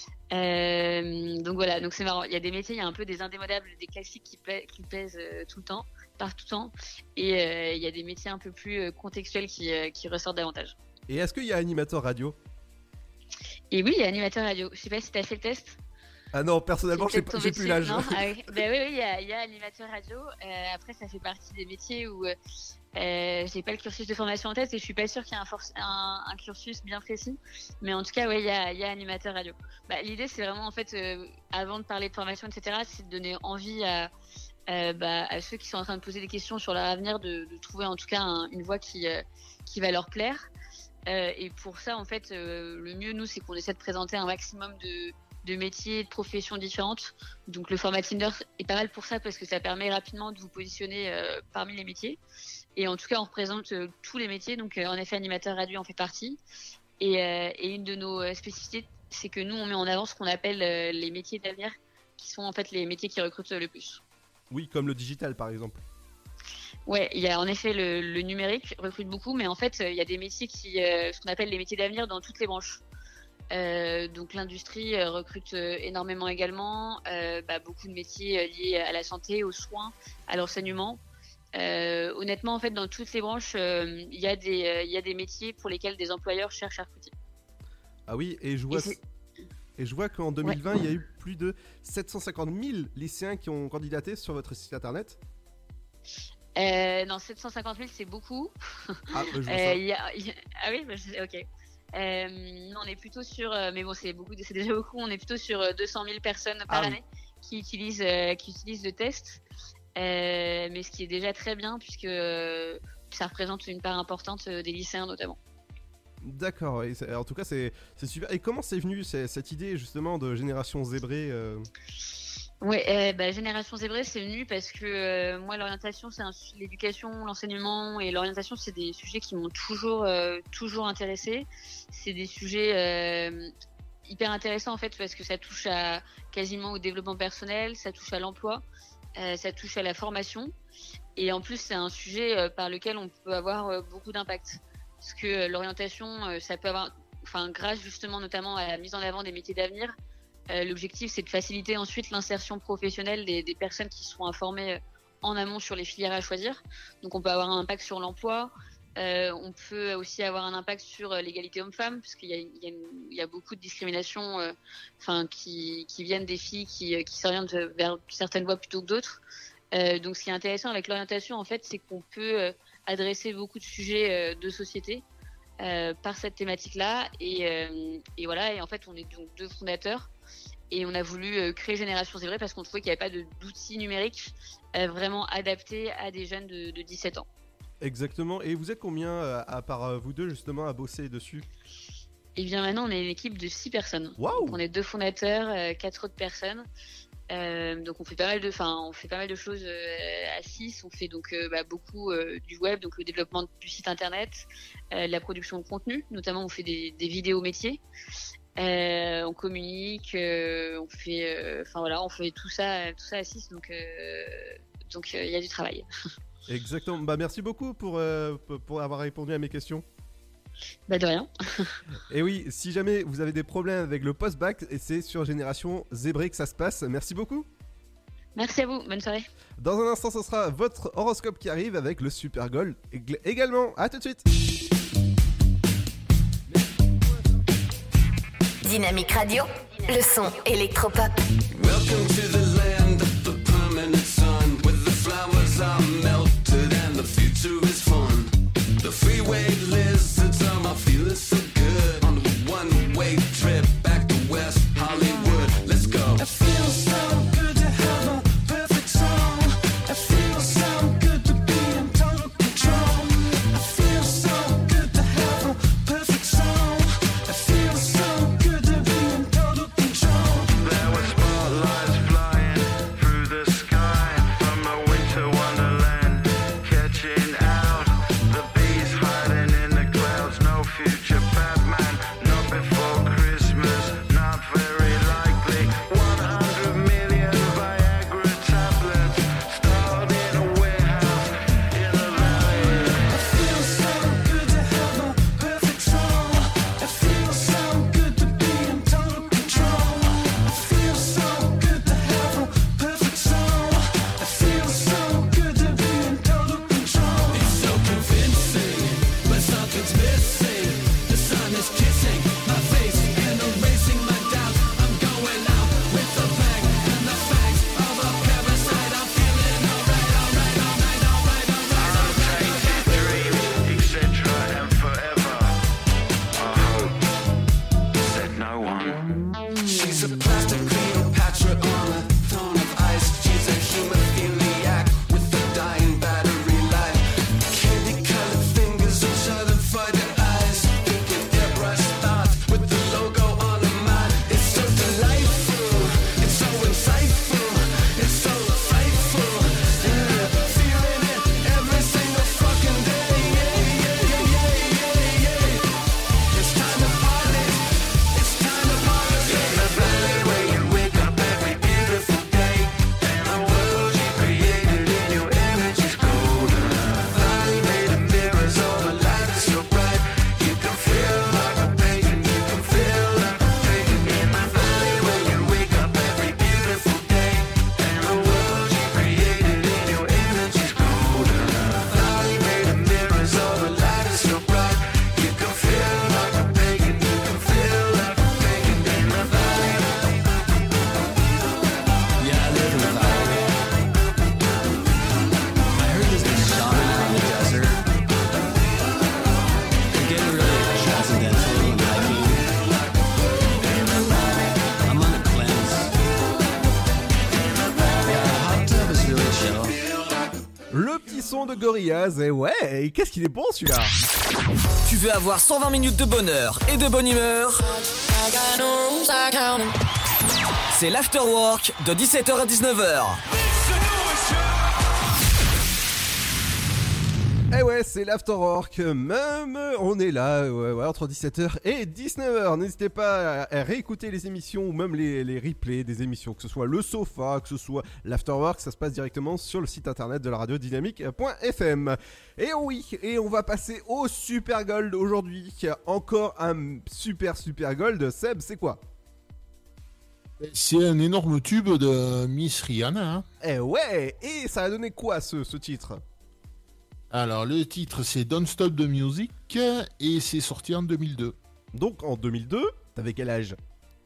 Donc voilà, donc c'est marrant, il y a des métiers, il y a un peu des indémodables, des classiques qui pèsent tout le temps, par tout temps, et il y a des métiers un peu plus contextuels qui ressortent davantage. Et est-ce qu'il y a animateur radio ? Et oui, il y a animateur radio. Je sais pas si tu as fait le test. Ah non, personnellement, j'ai plus l'âge. Oui, il y a animateur radio. Après, ça fait partie des métiers où j'ai pas le cursus de formation en tête et je suis pas sûre qu'il y ait un cursus bien précis. Mais en tout cas, il y a animateur radio. L'idée, c'est vraiment, en fait, avant de parler de formation, etc., c'est de donner envie à ceux qui sont en train de poser des questions sur leur avenir de trouver en tout cas une voie qui va leur plaire. Et pour ça, en fait, le mieux, nous, c'est qu'on essaie de présenter un maximum de métiers et de professions différentes. Donc, le format Tinder est pas mal pour ça parce que ça permet rapidement de vous positionner parmi les métiers. Et en tout cas, on représente tous les métiers. Donc, en effet, animateur radio en fait partie. Et une de nos spécificités, c'est que nous, on met en avant ce qu'on appelle les métiers d'avenir, qui sont en fait les métiers qui recrutent le plus. Oui, comme le digital, par exemple. Ouais, il y a en effet le numérique recrute beaucoup, mais en fait, il y a des métiers ce qu'on appelle les métiers d'avenir dans toutes les branches. Donc l'industrie recrute énormément également, beaucoup de métiers liés à la santé, aux soins, à l'enseignement. Honnêtement, en fait, dans toutes les branches, il y a des métiers pour lesquels des employeurs cherchent à recruter. Ah oui, et je vois qu'en 2020, il y a eu plus de 750 000 lycéens qui ont candidaté sur votre site internet. Non, 750 000, c'est beaucoup. Ah, je vois ça. Ah oui, ok. Non, on est plutôt sur, mais bon, c'est déjà beaucoup. On est plutôt sur 200 000 personnes par année qui utilisent le test. Mais ce qui est déjà très bien puisque ça représente une part importante des lycéens notamment. D'accord, en tout cas c'est super. Et comment c'est venu cette idée justement de Génération Zébré Génération Zébré, c'est venu parce que moi, l'orientation, l'éducation, l'enseignement et l'orientation, c'est des sujets qui m'ont toujours intéressé. C'est des sujets hyper intéressants en fait parce que ça touche quasiment au développement personnel, ça touche à l'emploi, ça touche à la formation et en plus c'est un sujet par lequel on peut avoir beaucoup d'impact parce que l'orientation, ça peut avoir grâce justement notamment à la mise en avant des métiers d'avenir. L'objectif, c'est de faciliter ensuite l'insertion professionnelle des personnes qui seront informées en amont sur les filières à choisir. Donc on peut avoir un impact sur l'emploi, on peut aussi avoir un impact sur l'égalité homme-femme, parce qu'il y a beaucoup de discriminations qui viennent des filles qui s'orientent vers certaines voies plutôt que d'autres. Donc ce qui est intéressant avec l'orientation, en fait, c'est qu'on peut adresser beaucoup de sujets de société par cette thématique-là. Et voilà, et en fait, on est donc 2 fondateurs. Et on a voulu créer Génération Zébrée parce qu'on trouvait qu'il n'y avait pas d'outils numériques vraiment adaptés à des jeunes de 17 ans. Exactement. Et vous êtes combien, à part vous deux, justement, à bosser dessus ? Eh bien, maintenant, on est une équipe de 6 personnes. Waouh ! On est 2 fondateurs, 4 autres personnes. Donc, on fait pas mal de choses à 6. On fait donc beaucoup du web, donc le développement du site internet, la production de contenu. Notamment, on fait des vidéos métiers. On communique, on fait tout ça à 6, donc il y a du travail. Exactement. Merci beaucoup pour avoir répondu à mes questions. De rien. Et oui, si jamais vous avez des problèmes avec le post-bac, c'est sur Génération Zébrée que ça se passe. Merci beaucoup. Merci à vous, bonne soirée. Dans un instant, ce sera votre horoscope qui arrive avec le Super Goal également. À tout de suite. Dynamique Radio, le son électropop. Welcome to the land of the permanent sun, where the flowers are melted and the future is fun. The freeway lizards are my feeling so good on a one-way trip back to West Hollywood. Let's go. It feels so good to have a perfect song. It feels so good to be in total control. It feels so good to have a perfect song. It feels so good to be in total control. There were spotlights flying through the sky from a winter wonderland, catching out the bees hiding in the clouds. No future Batman, not before Christmas, not very likely. 100 million Viagra tablets stored in a warehouse in the valley. It feels so good to have a perfect song. It feels so good to be in total control. It feels so good to have a perfect song. It feels so good to be in total control. It's so convincing, but something's missing. The sun is kissing my face and erasing my doubts. I'm going out with the bang and the fangs of a parasite. I'm feeling alright. Rotated dream, etc. and forever. I hope, said no one. She's a plastic Cleopatra on a throne of ice. She's a hemophiliac with a dying battery life. Candy-colored fingers and certified eyes. Thinking airbrush thoughts with the logo on her mind. It's so delightful, it's so insightful, it's so frightful. Yeah, feeling it every single fucking day. Yeah. It's time to party. It's time to party. In the valley where you wake up every beautiful day, and the world you created in your image is golden. Valley made of mirrors, all the light is so bright. You can feel like a pagan, you can feel like a pagan. In the valley where you wake up every beautiful day, and the world you created in your image is golden. Valley made of mirrors, all the light is so bright. You can feel like a pagan, you can feel like a pagan. In the valley. Yeah, I live in the valley. I heard there's this shaman out in the desert. They're getting really transcendental and hiking. I'm on a cleanse. Yeah, the hot tub is really chill. Le petit son de Gorillaz, et ouais, qu'est-ce qu'il est bon celui-là. Tu veux avoir 120 minutes de bonheur et de bonne humeur? C'est l'Afterwork de 17h à 19h. Eh ouais, c'est l'Afterwork, même on est là ouais, entre 17h et 19h. N'hésitez pas à réécouter les émissions ou même les replays des émissions, que ce soit le sofa, que ce soit l'Afterwork, ça se passe directement sur le site internet de la radio dynamique.fm. Et oui, et on va passer au Super Gold aujourd'hui. Encore un super Gold. Seb, c'est quoi ? C'est un énorme tube de Miss Rihanna. Hein. Eh ouais, et ça a donné quoi ce titre ? Alors, le titre, c'est Don't Stop the Music et c'est sorti en 2002. Donc, en 2002, t'avais quel âge ?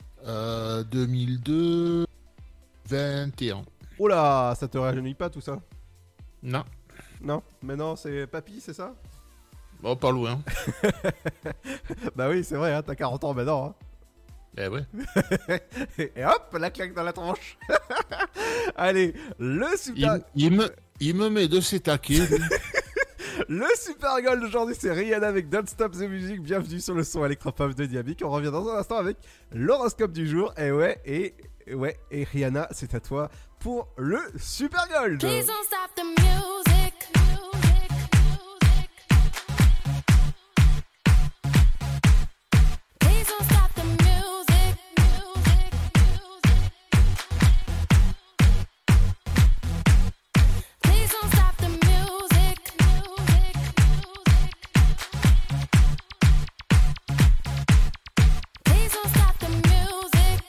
2002, 21. Oh là, ça te rajeunit pas tout ça ? Non. Non, mais non, c'est papy, c'est ça ? Bon, pas loin. Bah oui, c'est vrai, hein, t'as 40 ans maintenant. Hein. Eh ouais. Et hop, la claque dans la tronche. Allez, le super... Il me met de ses taquets. Le Super Gold d'aujourd'hui, c'est Rihanna avec Don't Stop the Music. Bienvenue sur le son électropop de Dynamique. On revient dans un instant avec l'horoscope du jour. Et Rihanna, c'est à toi pour le Super Gold. Please don't stop the music. Please don't stop the music. Please don't stop the music. Please don't stop the music.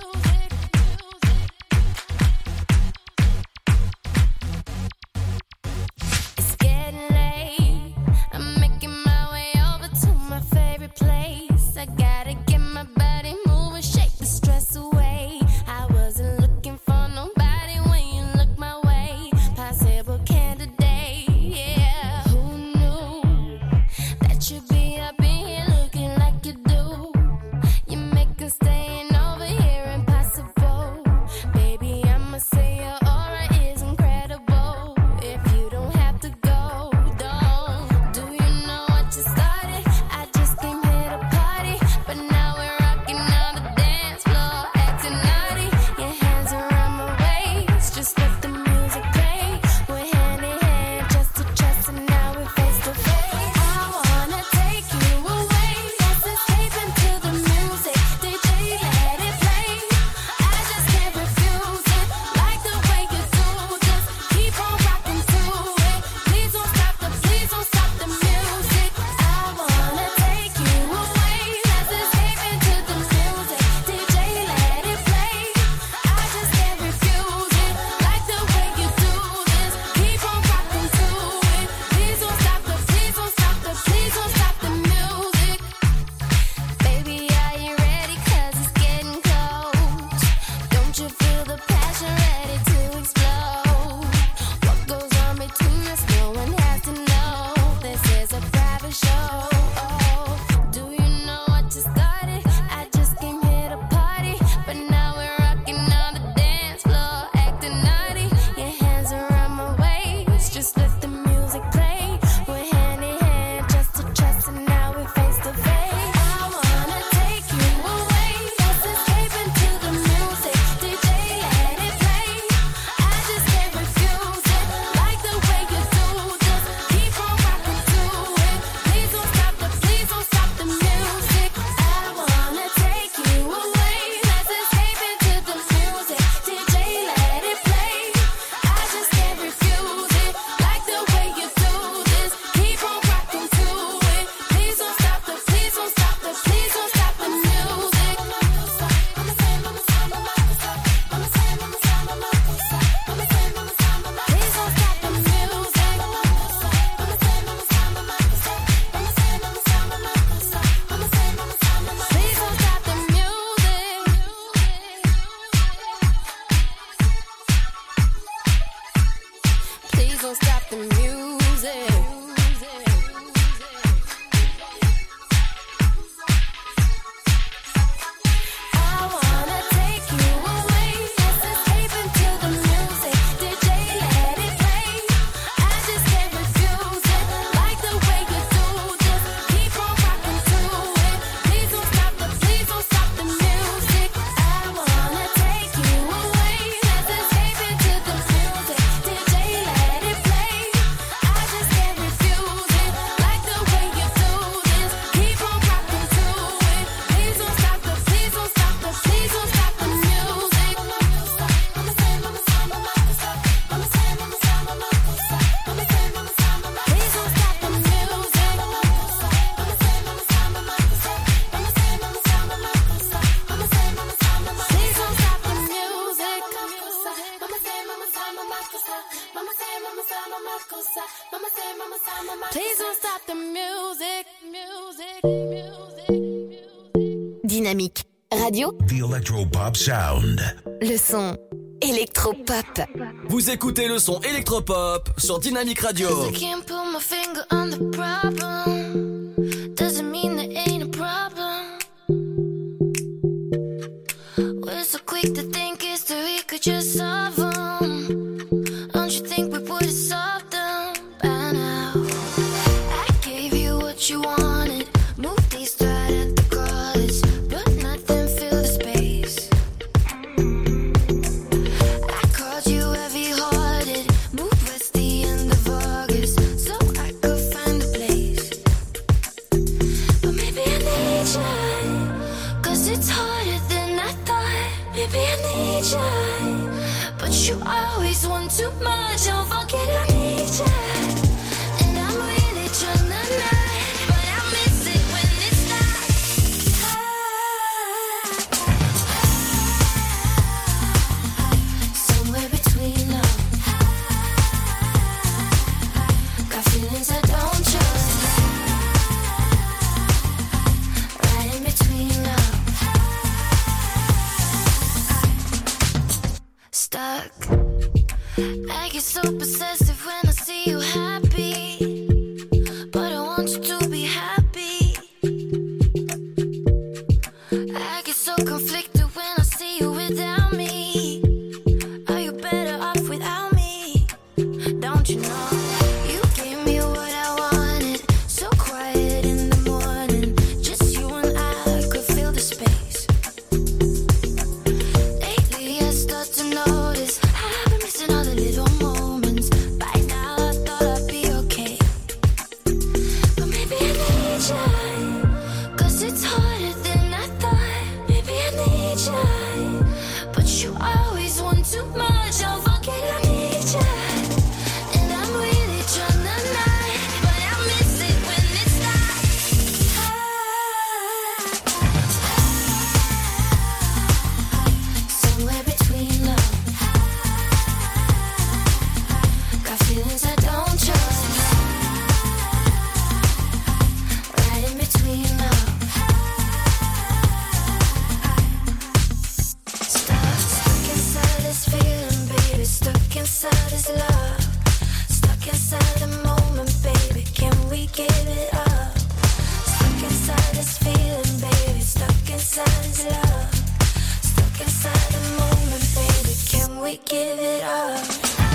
It's getting late. I'm making my way over to my favorite place. I gotta get my body moving, shake the stress away. I wasn't looking for nobody when you look my way. Possible candidate, yeah. Who knew that you'd be up in here looking like you do? You making staying over here impossible. Baby, I'ma say your aura is incredible. If you don't have to go, don't. Do you know what you started? I just came here to party, but now we're rocking on the dance floor, acting naughty. Your hands around my waist, just let the music play. We're hand in hand, just to trust, and now we're face to face. I wanna take you away, let's escape into the music. DJ, let it play. I just can't refuse it, like the way you do. Just keep on rocking to it. Please don't stop the music. I wanna take you away, let's escape into the music. DJ, let it play. I just can't refuse it, like the way you do this. Keep on rocking to it. Please don't stop the music. Baby, are you ready? 'Cause it's getting close. Don't you feel the passion ready to explode? What goes on between us, no one has to know. This is a private show. Do you know what you started? I just came here to party, but now we're rocking on the dance floor, acting naughty. Your hands around my waist, just let the music play. We're hand in hand, just to trust, and now we're face to face. I wanna take you away, let's escape into the music. DJ, let it play. I just can't refuse it, like the way you do. Just keep on rocking to it. Please don't stop the music. I wanna take you away, let's escape into the music. DJ, let it play. I just can't refuse it, like the way you do this. Keep on rocking to it. Please don't stop the music. Please don't stop the music. Please don't stop the music. Please don't stop the music. I wanna take you away, let's escape into the music. DJ, let it play. I just can't refuse it, like the way you do. Just keep on rocking to it. Please don't stop the music. I wanna take you away, let's escape into the music. DJ, let it play. Dynamique Radio. The Electropop Sound. Le son électropop. Vous écoutez le son électropop sur Dynamique Radio. I can't put my finger on the problem. Doesn't mean there ain't a problem. We're so quick to think history could just solve them. Don't you think we would have solved them by now? I gave you what you wanted. Moved east right at the cross, but nothing filled the space. I called you heavy-hearted. Moved west the end of August, so I could find a place. But maybe I need you, 'cause it's harder than I thought. Maybe I need you, but you always want too much. Don't forget I need you, and I'm really trying not, but I miss it when it's not. Somewhere between love, got feelings I don't trust. Right in between love, stuck. I get so possessive when I see you happy, but I want you to be happy. I get so conflicted when I see you without me. Are you better off without me? Don't you know? You gave me what I wanted, so quiet in the morning. Just you and I could fill the space. Lately I start to notice I've been missing all the little moments. By now I thought I'd be okay, but maybe I need you, 'cause it's harder than I thought. Maybe I need you, but you always want too much. Don't forget I need you, and I'm really trying not, but I miss it when it's not. Somewhere between love, got feelings I don't trust. Right in between love, stuck inside this feeling, baby. Stuck inside this love, stuck inside the moment, baby. Can we give it up? Stuck inside this feeling, baby. Stuck inside this love, stuck inside the moment, baby. Can we give it up?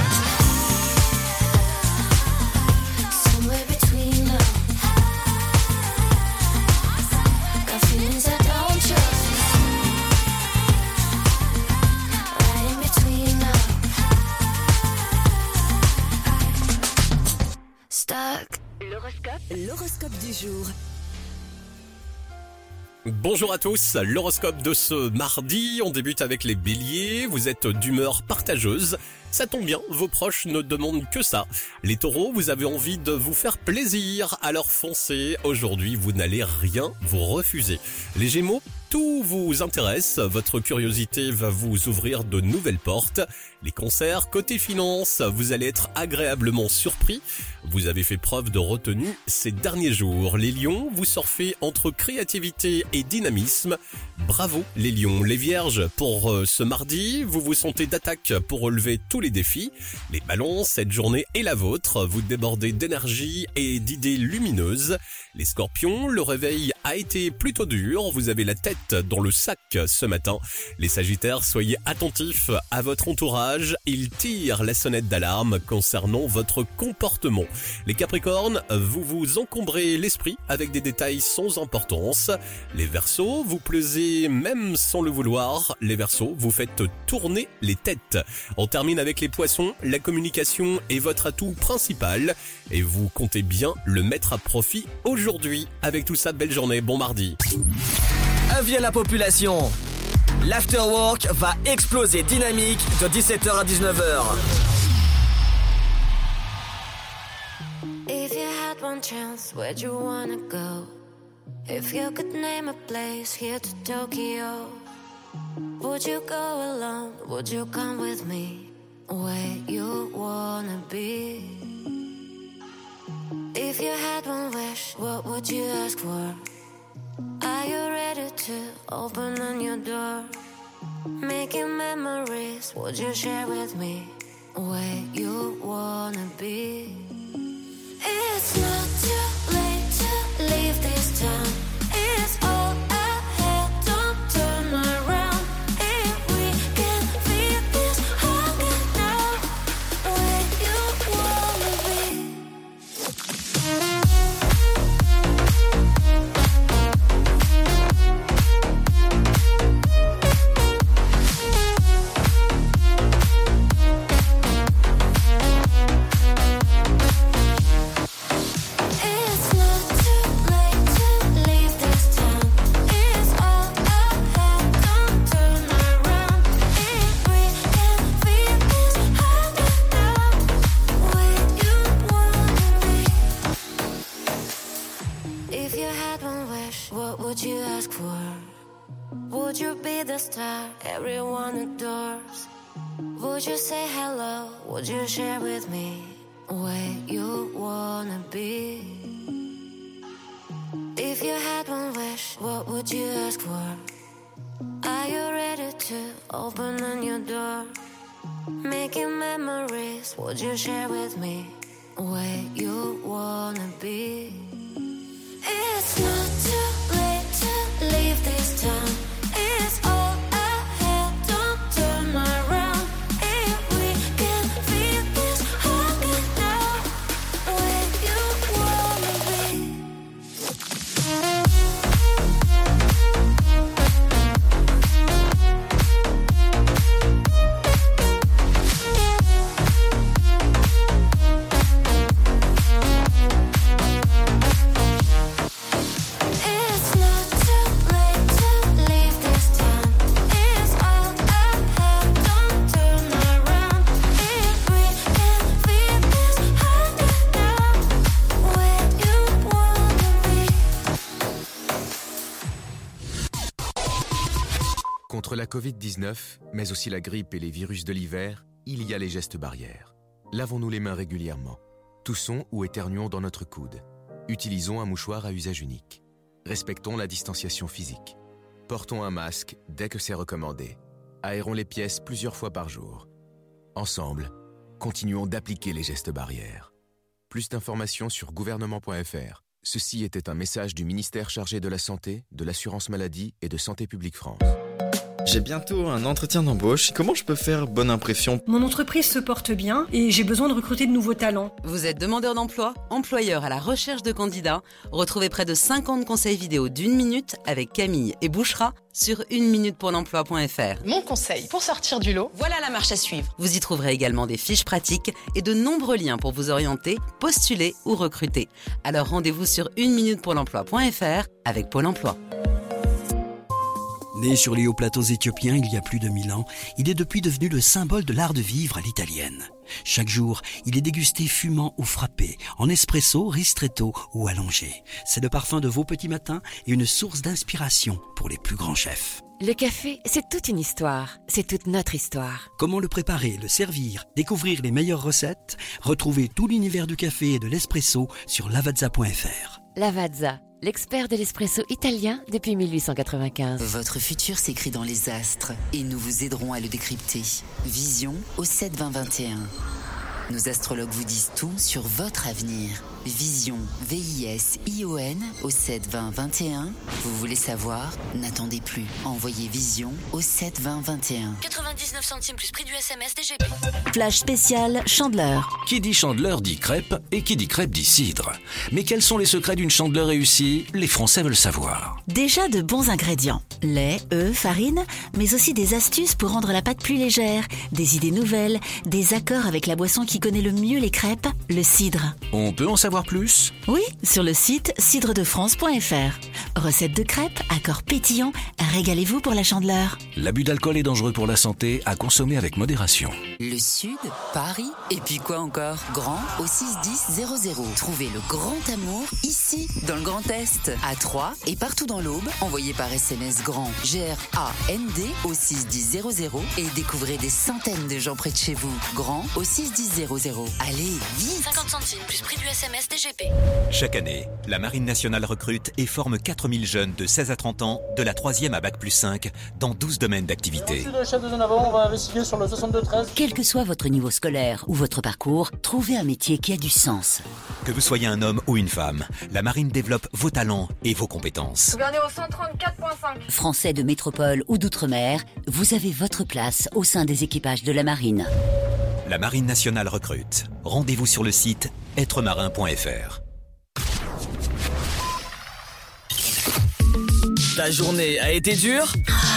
Somewhere between love, got feelings I don't trust. Right in between love, stuck. L'horoscope du jour. Bonjour à tous, l'horoscope de ce mardi, on débute avec les béliers, vous êtes d'humeur partageuse, ça tombe bien, vos proches ne demandent que ça. Les taureaux, vous avez envie de vous faire plaisir, alors foncez, aujourd'hui vous n'allez rien vous refuser. Les gémeaux, tout vous intéresse, votre curiosité va vous ouvrir de nouvelles portes. Les cancers, côté finance, vous allez être agréablement surpris. Vous avez fait preuve de retenue ces derniers jours. Les lions, vous surfez entre créativité et dynamisme. Bravo les lions. Les vierges, pour ce mardi, vous vous sentez d'attaque pour relever tous les défis. Les balances, cette journée est la vôtre. Vous débordez d'énergie et d'idées lumineuses. Les scorpions, le réveil a été plutôt dur. Vous avez la tête dans le sac ce matin. Les sagittaires, soyez attentifs à votre entourage. Ils tirent la sonnette d'alarme concernant votre comportement. Les capricornes, vous vous encombrez l'esprit avec des détails sans importance. Les verseaux, vous plaisez même sans le vouloir. Les verseaux, vous faites tourner les têtes. On termine avec les poissons. La communication est votre atout principal et vous comptez bien le mettre à profit aujourd'hui. Avec tout ça, belle journée, bon mardi. Avis à la population, l'afterwork va exploser Dynamique de 17h à 19h. If you had one chance, where'd you wanna go? If you could name a place here to Tokyo, would you go alone? Would you come with me? Where you wanna be? If you had one wish, what would you ask for? Are you ready ready to open your door? Making memories, would you share with me where you wanna be? It's not too late to leave this town. It's all ahead, don't turn around. If we can feel this hunger now, where you wanna be. It's not too late to leave this town. It's all ahead, don't turn around. If we can feel this hunger now, where you wanna be. If you had one wish, what would you ask for? Would you be the star everyone adores? Would you say hello? Would you share with me where you wanna be? If you had one wish, what would you ask for? Are you ready to open your door? Making memories, would you share with me where you wanna be? It's not too late to leave this town. It's all ahead, don't turn around. If we can feel this hunger now, where you wanna be. It's not too late to leave this town. It's all ahead, don't turn around. If we can feel this hunger now, where you wanna be. Contre la Covid-19, mais aussi la grippe et les virus de l'hiver, il y a les gestes barrières. Lavons-nous les mains régulièrement. Toussons ou éternuons dans notre coude. Utilisons un mouchoir à usage unique. Respectons la distanciation physique. Portons un masque dès que c'est recommandé. Aérons les pièces plusieurs fois par jour. Ensemble, continuons d'appliquer les gestes barrières. Plus d'informations sur gouvernement.fr. Ceci était un message du ministère chargé de la Santé, de l'Assurance Maladie et de Santé Publique France. J'ai bientôt un entretien d'embauche. Comment je peux faire bonne impression? Mon entreprise se porte bien et j'ai besoin de recruter de nouveaux talents. Vous êtes demandeur d'emploi, employeur à la recherche de candidats? Retrouvez près de 50 conseils vidéo d'1 minute avec Camille et Bouchra sur 1minutepourlemploi.fr. Mon conseil pour sortir du lot, voilà la marche à suivre. Vous y trouverez également des fiches pratiques et de nombreux liens pour vous orienter, postuler ou recruter. Alors rendez-vous sur 1minutepourlemploi.fr avec Pôle emploi. Né sur les hauts plateaux éthiopiens il y a plus de 1000 ans, il est depuis devenu le symbole de l'art de vivre à l'italienne. Chaque jour, il est dégusté fumant ou frappé, en espresso, ristretto ou allongé. C'est le parfum de vos petits matins et une source d'inspiration pour les plus grands chefs. Le café, c'est toute une histoire. C'est toute notre histoire. Comment le préparer, le servir, découvrir les meilleures recettes? Retrouvez tout l'univers du café et de l'espresso sur lavazza.fr. Lavazza, l'expert de l'espresso italien depuis 1895. Votre futur s'écrit dans les astres et nous vous aiderons à le décrypter. Vision au 7-20-21. Nos astrologues vous disent tout sur votre avenir. Vision, V-I-S-I-O-N au 7-20-21. Vous voulez savoir? N'attendez plus. Envoyez Vision au 7-20-21. 99 centimes plus prix du SMS DGP. Flash spécial Chandeleur. Qui dit chandeleur dit crêpe, et qui dit crêpe dit cidre. Mais quels sont les secrets d'une chandeleur réussie? Les Français veulent savoir. Déjà de bons ingrédients. Lait, œufs, farine, mais aussi des astuces pour rendre la pâte plus légère, des idées nouvelles, des accords avec la boisson qui connaît le mieux les crêpes, le cidre. On peut en savoir plus? Oui, sur le site cidredefrance.fr. Recette de crêpes, accords pétillants, régalez-vous pour la chandeleur. L'abus d'alcool est dangereux pour la santé, à consommer avec modération. Le Sud, Paris, et puis quoi encore? Grand au 61000. Trouvez le grand amour ici, dans le Grand Est, à Troyes et partout dans l'Aube. Envoyez par SMS GRAND, G-R-A-N-D au 61000 et découvrez des centaines de gens près de chez vous. Grand au 61000. Allez, vite! 50 centimes plus prix du SMS SMS DGP. Chaque année, la Marine nationale recrute et forme 4000 jeunes de 16 à 30 ans, de la 3e à Bac+5, dans 12 domaines d'activité. Monsieur le chef de zone avant, on va investiguer sur le 62-13. Quel que soit votre niveau scolaire ou votre parcours, trouvez un métier qui a du sens. Que vous soyez un homme ou une femme, la Marine développe vos talents et vos compétences. Regardez au 134.5. Français de métropole ou d'outre-mer, vous avez votre place au sein des équipages de la Marine. La Marine nationale recrute. Rendez-vous sur le site êtremarin.fr. Ta journée a été dure ?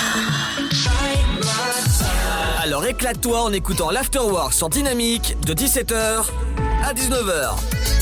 Alors éclate-toi en écoutant l'Afterwork sur Dynamique de 17h à 19h.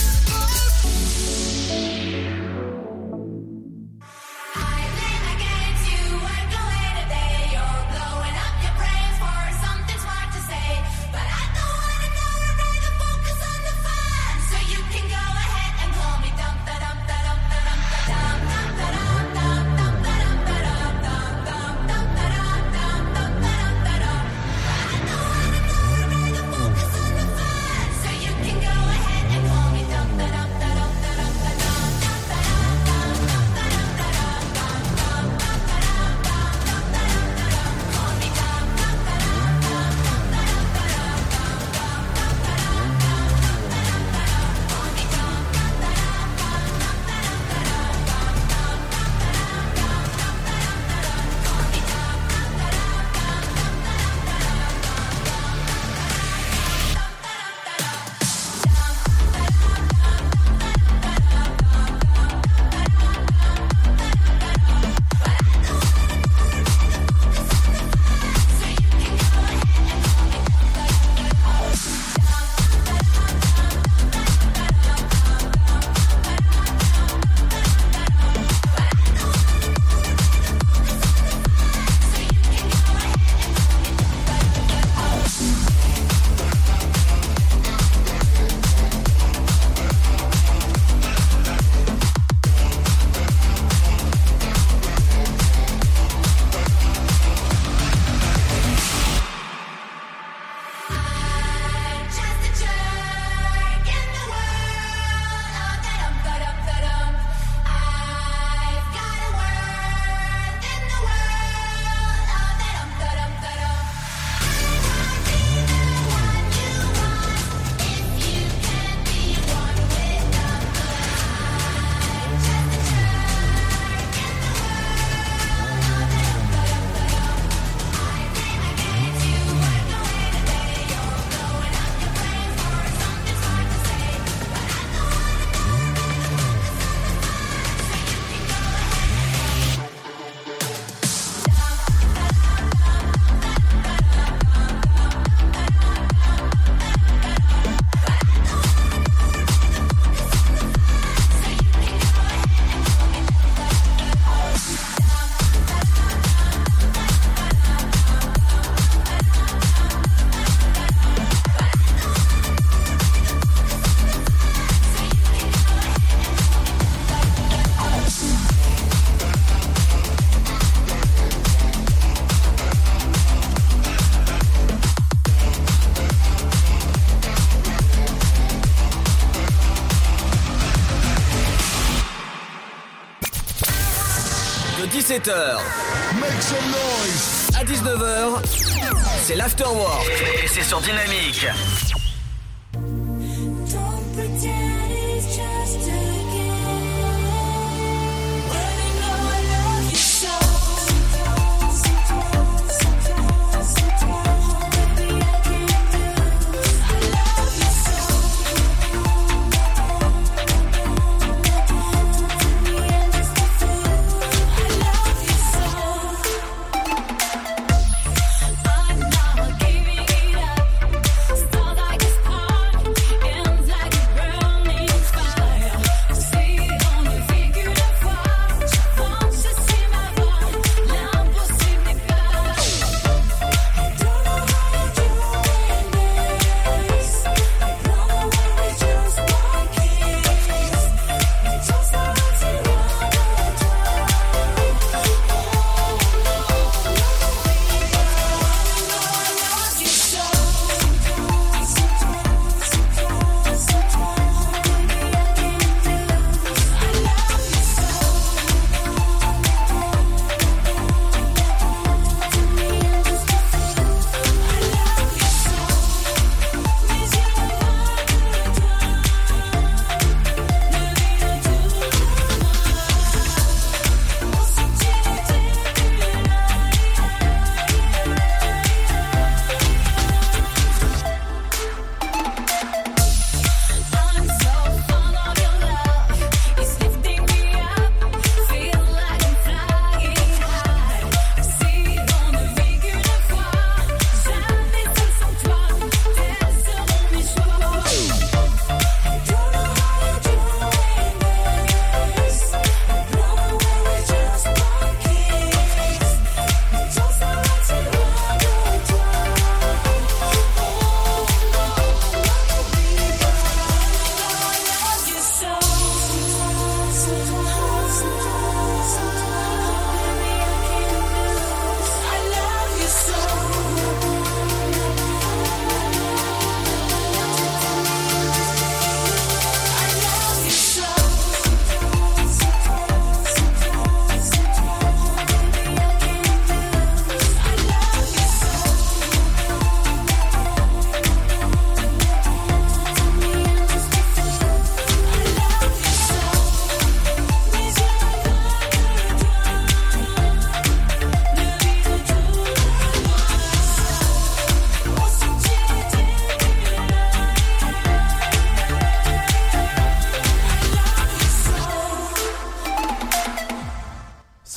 De 17h à 19h, c'est l'Afterwork et c'est sur Dynamique. I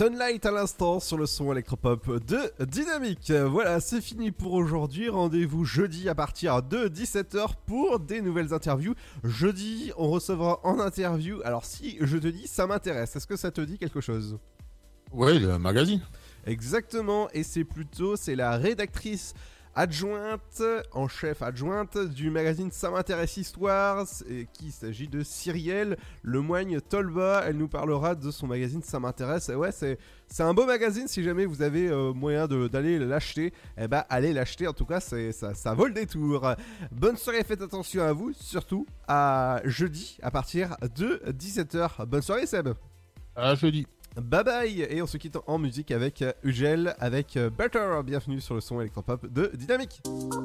Sunlight à l'instant sur le son électropop de Dynamique. Voilà, c'est fini pour aujourd'hui. Rendez-vous jeudi à partir de 17h pour des nouvelles interviews. Jeudi, on recevra en interview. Alors si je te dis ça m'intéresse, est-ce que ça te dit quelque chose ? Ouais, le magazine. Exactement, et c'est la rédactrice adjointe, en chef adjointe du magazine Ça m'intéresse Histoire, qu'il s'agit de Cyrielle Lemoigne-Tolba. Elle nous parlera de son magazine Ça m'intéresse. Et ouais, c'est un beau magazine. Si jamais vous avez moyen d'aller l'acheter, allez l'acheter. En tout cas, ça vaut le détour. Bonne soirée, faites attention à vous, surtout à jeudi à partir de 17h. Bonne soirée, Seb. À jeudi. Bye bye, et on se quitte en musique avec Ugel, avec Better. Bienvenue sur le son électropop de Dynamique.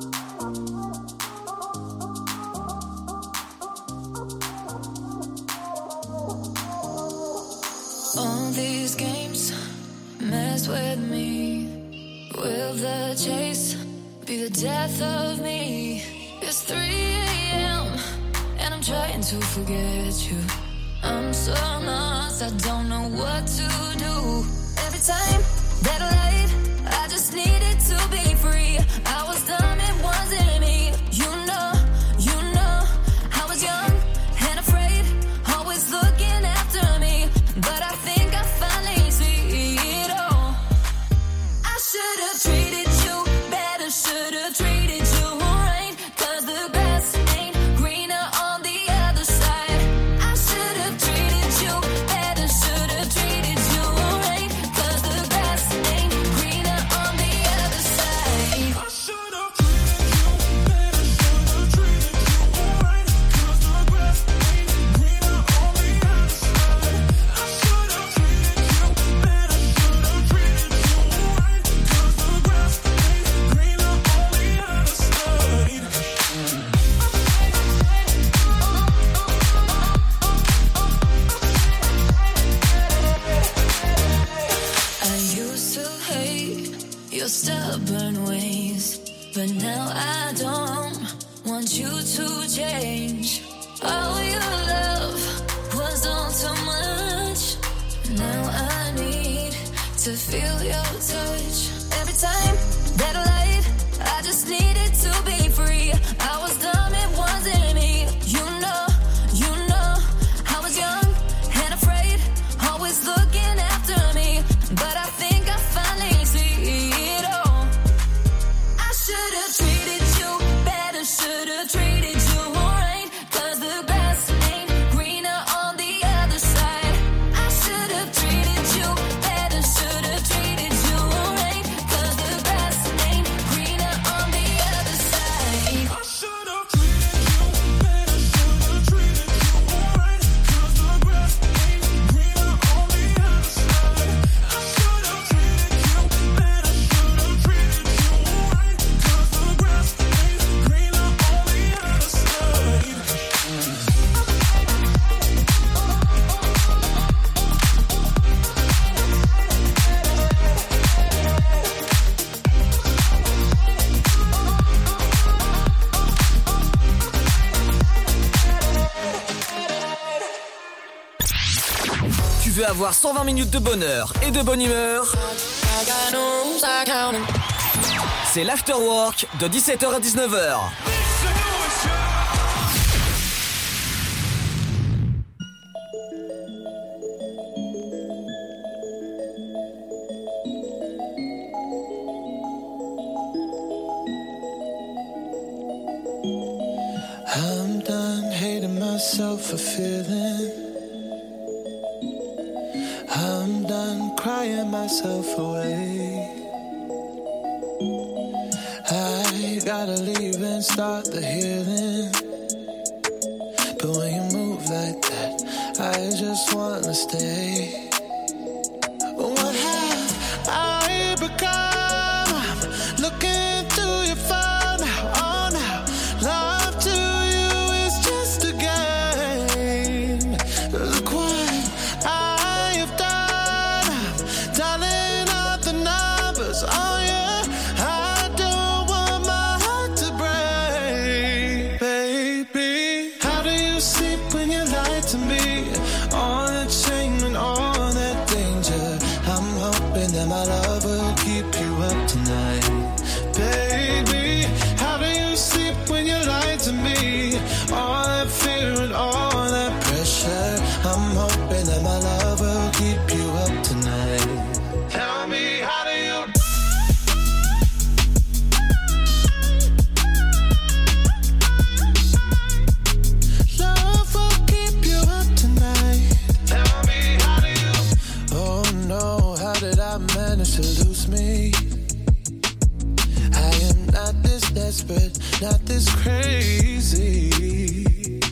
All these games mess with me. Will the chase be the death of me? It's 3 a.m. and I'm trying to forget you. I'm so lost, I don't know what to do. Every time that I lied, I just needed to be free. I was dumb, it wasn't me. You know, I was young and afraid, always looking after me. But I think I finally see it all. I should have treated you better, should have treated you right. 'Cause the grass ain't greener on the other side. I should have treated you better, should have treated you right. 'Cause the grass ain't greener on the other side. I should have treated you better, should have treated you right. 'Cause the grass ain't greener on the other side. I should have treated you better, should have treated you right. 'Cause the grass ain't greener on the other side. I used to hate your stubborn ways, but now I don't want you to change. All your love was all too much. Now I need to feel your touch. Every time that I lied, I just needed to be free. I was dumb, it wasn't me. You know, I was young and afraid, always looking after me. But I think I finally see it all. I should have treated you better, should have treated you right. 'Cause the grass ain't greener on the other side. I should have treated you better, should have treated you right. 'Cause the grass ain't greener on the other side. I should have treated you better, should have treated you right. 'Cause the grass ain't greener on the other side. I should have treated you better, should have treated you right. 'Cause the grass ain't greener on the other side. Tu veux avoir 120 minutes de bonheur et de bonne humeur? C'est l'Afterwork de 17h à 19h. I'm done hating myself for feeling. I'm done crying myself away. I gotta leave and start the healing. But when you move like that, I just wanna stay. What have I become? I'm looking through your phone now, oh now. Love to you is just a game. Look what I have done. I'm dialing up the numbers, oh yeah. I don't want my heart to break, baby. How do you sleep when you lie to me? All that shame and all that danger. I'm trust me. I am not this desperate, not this crazy.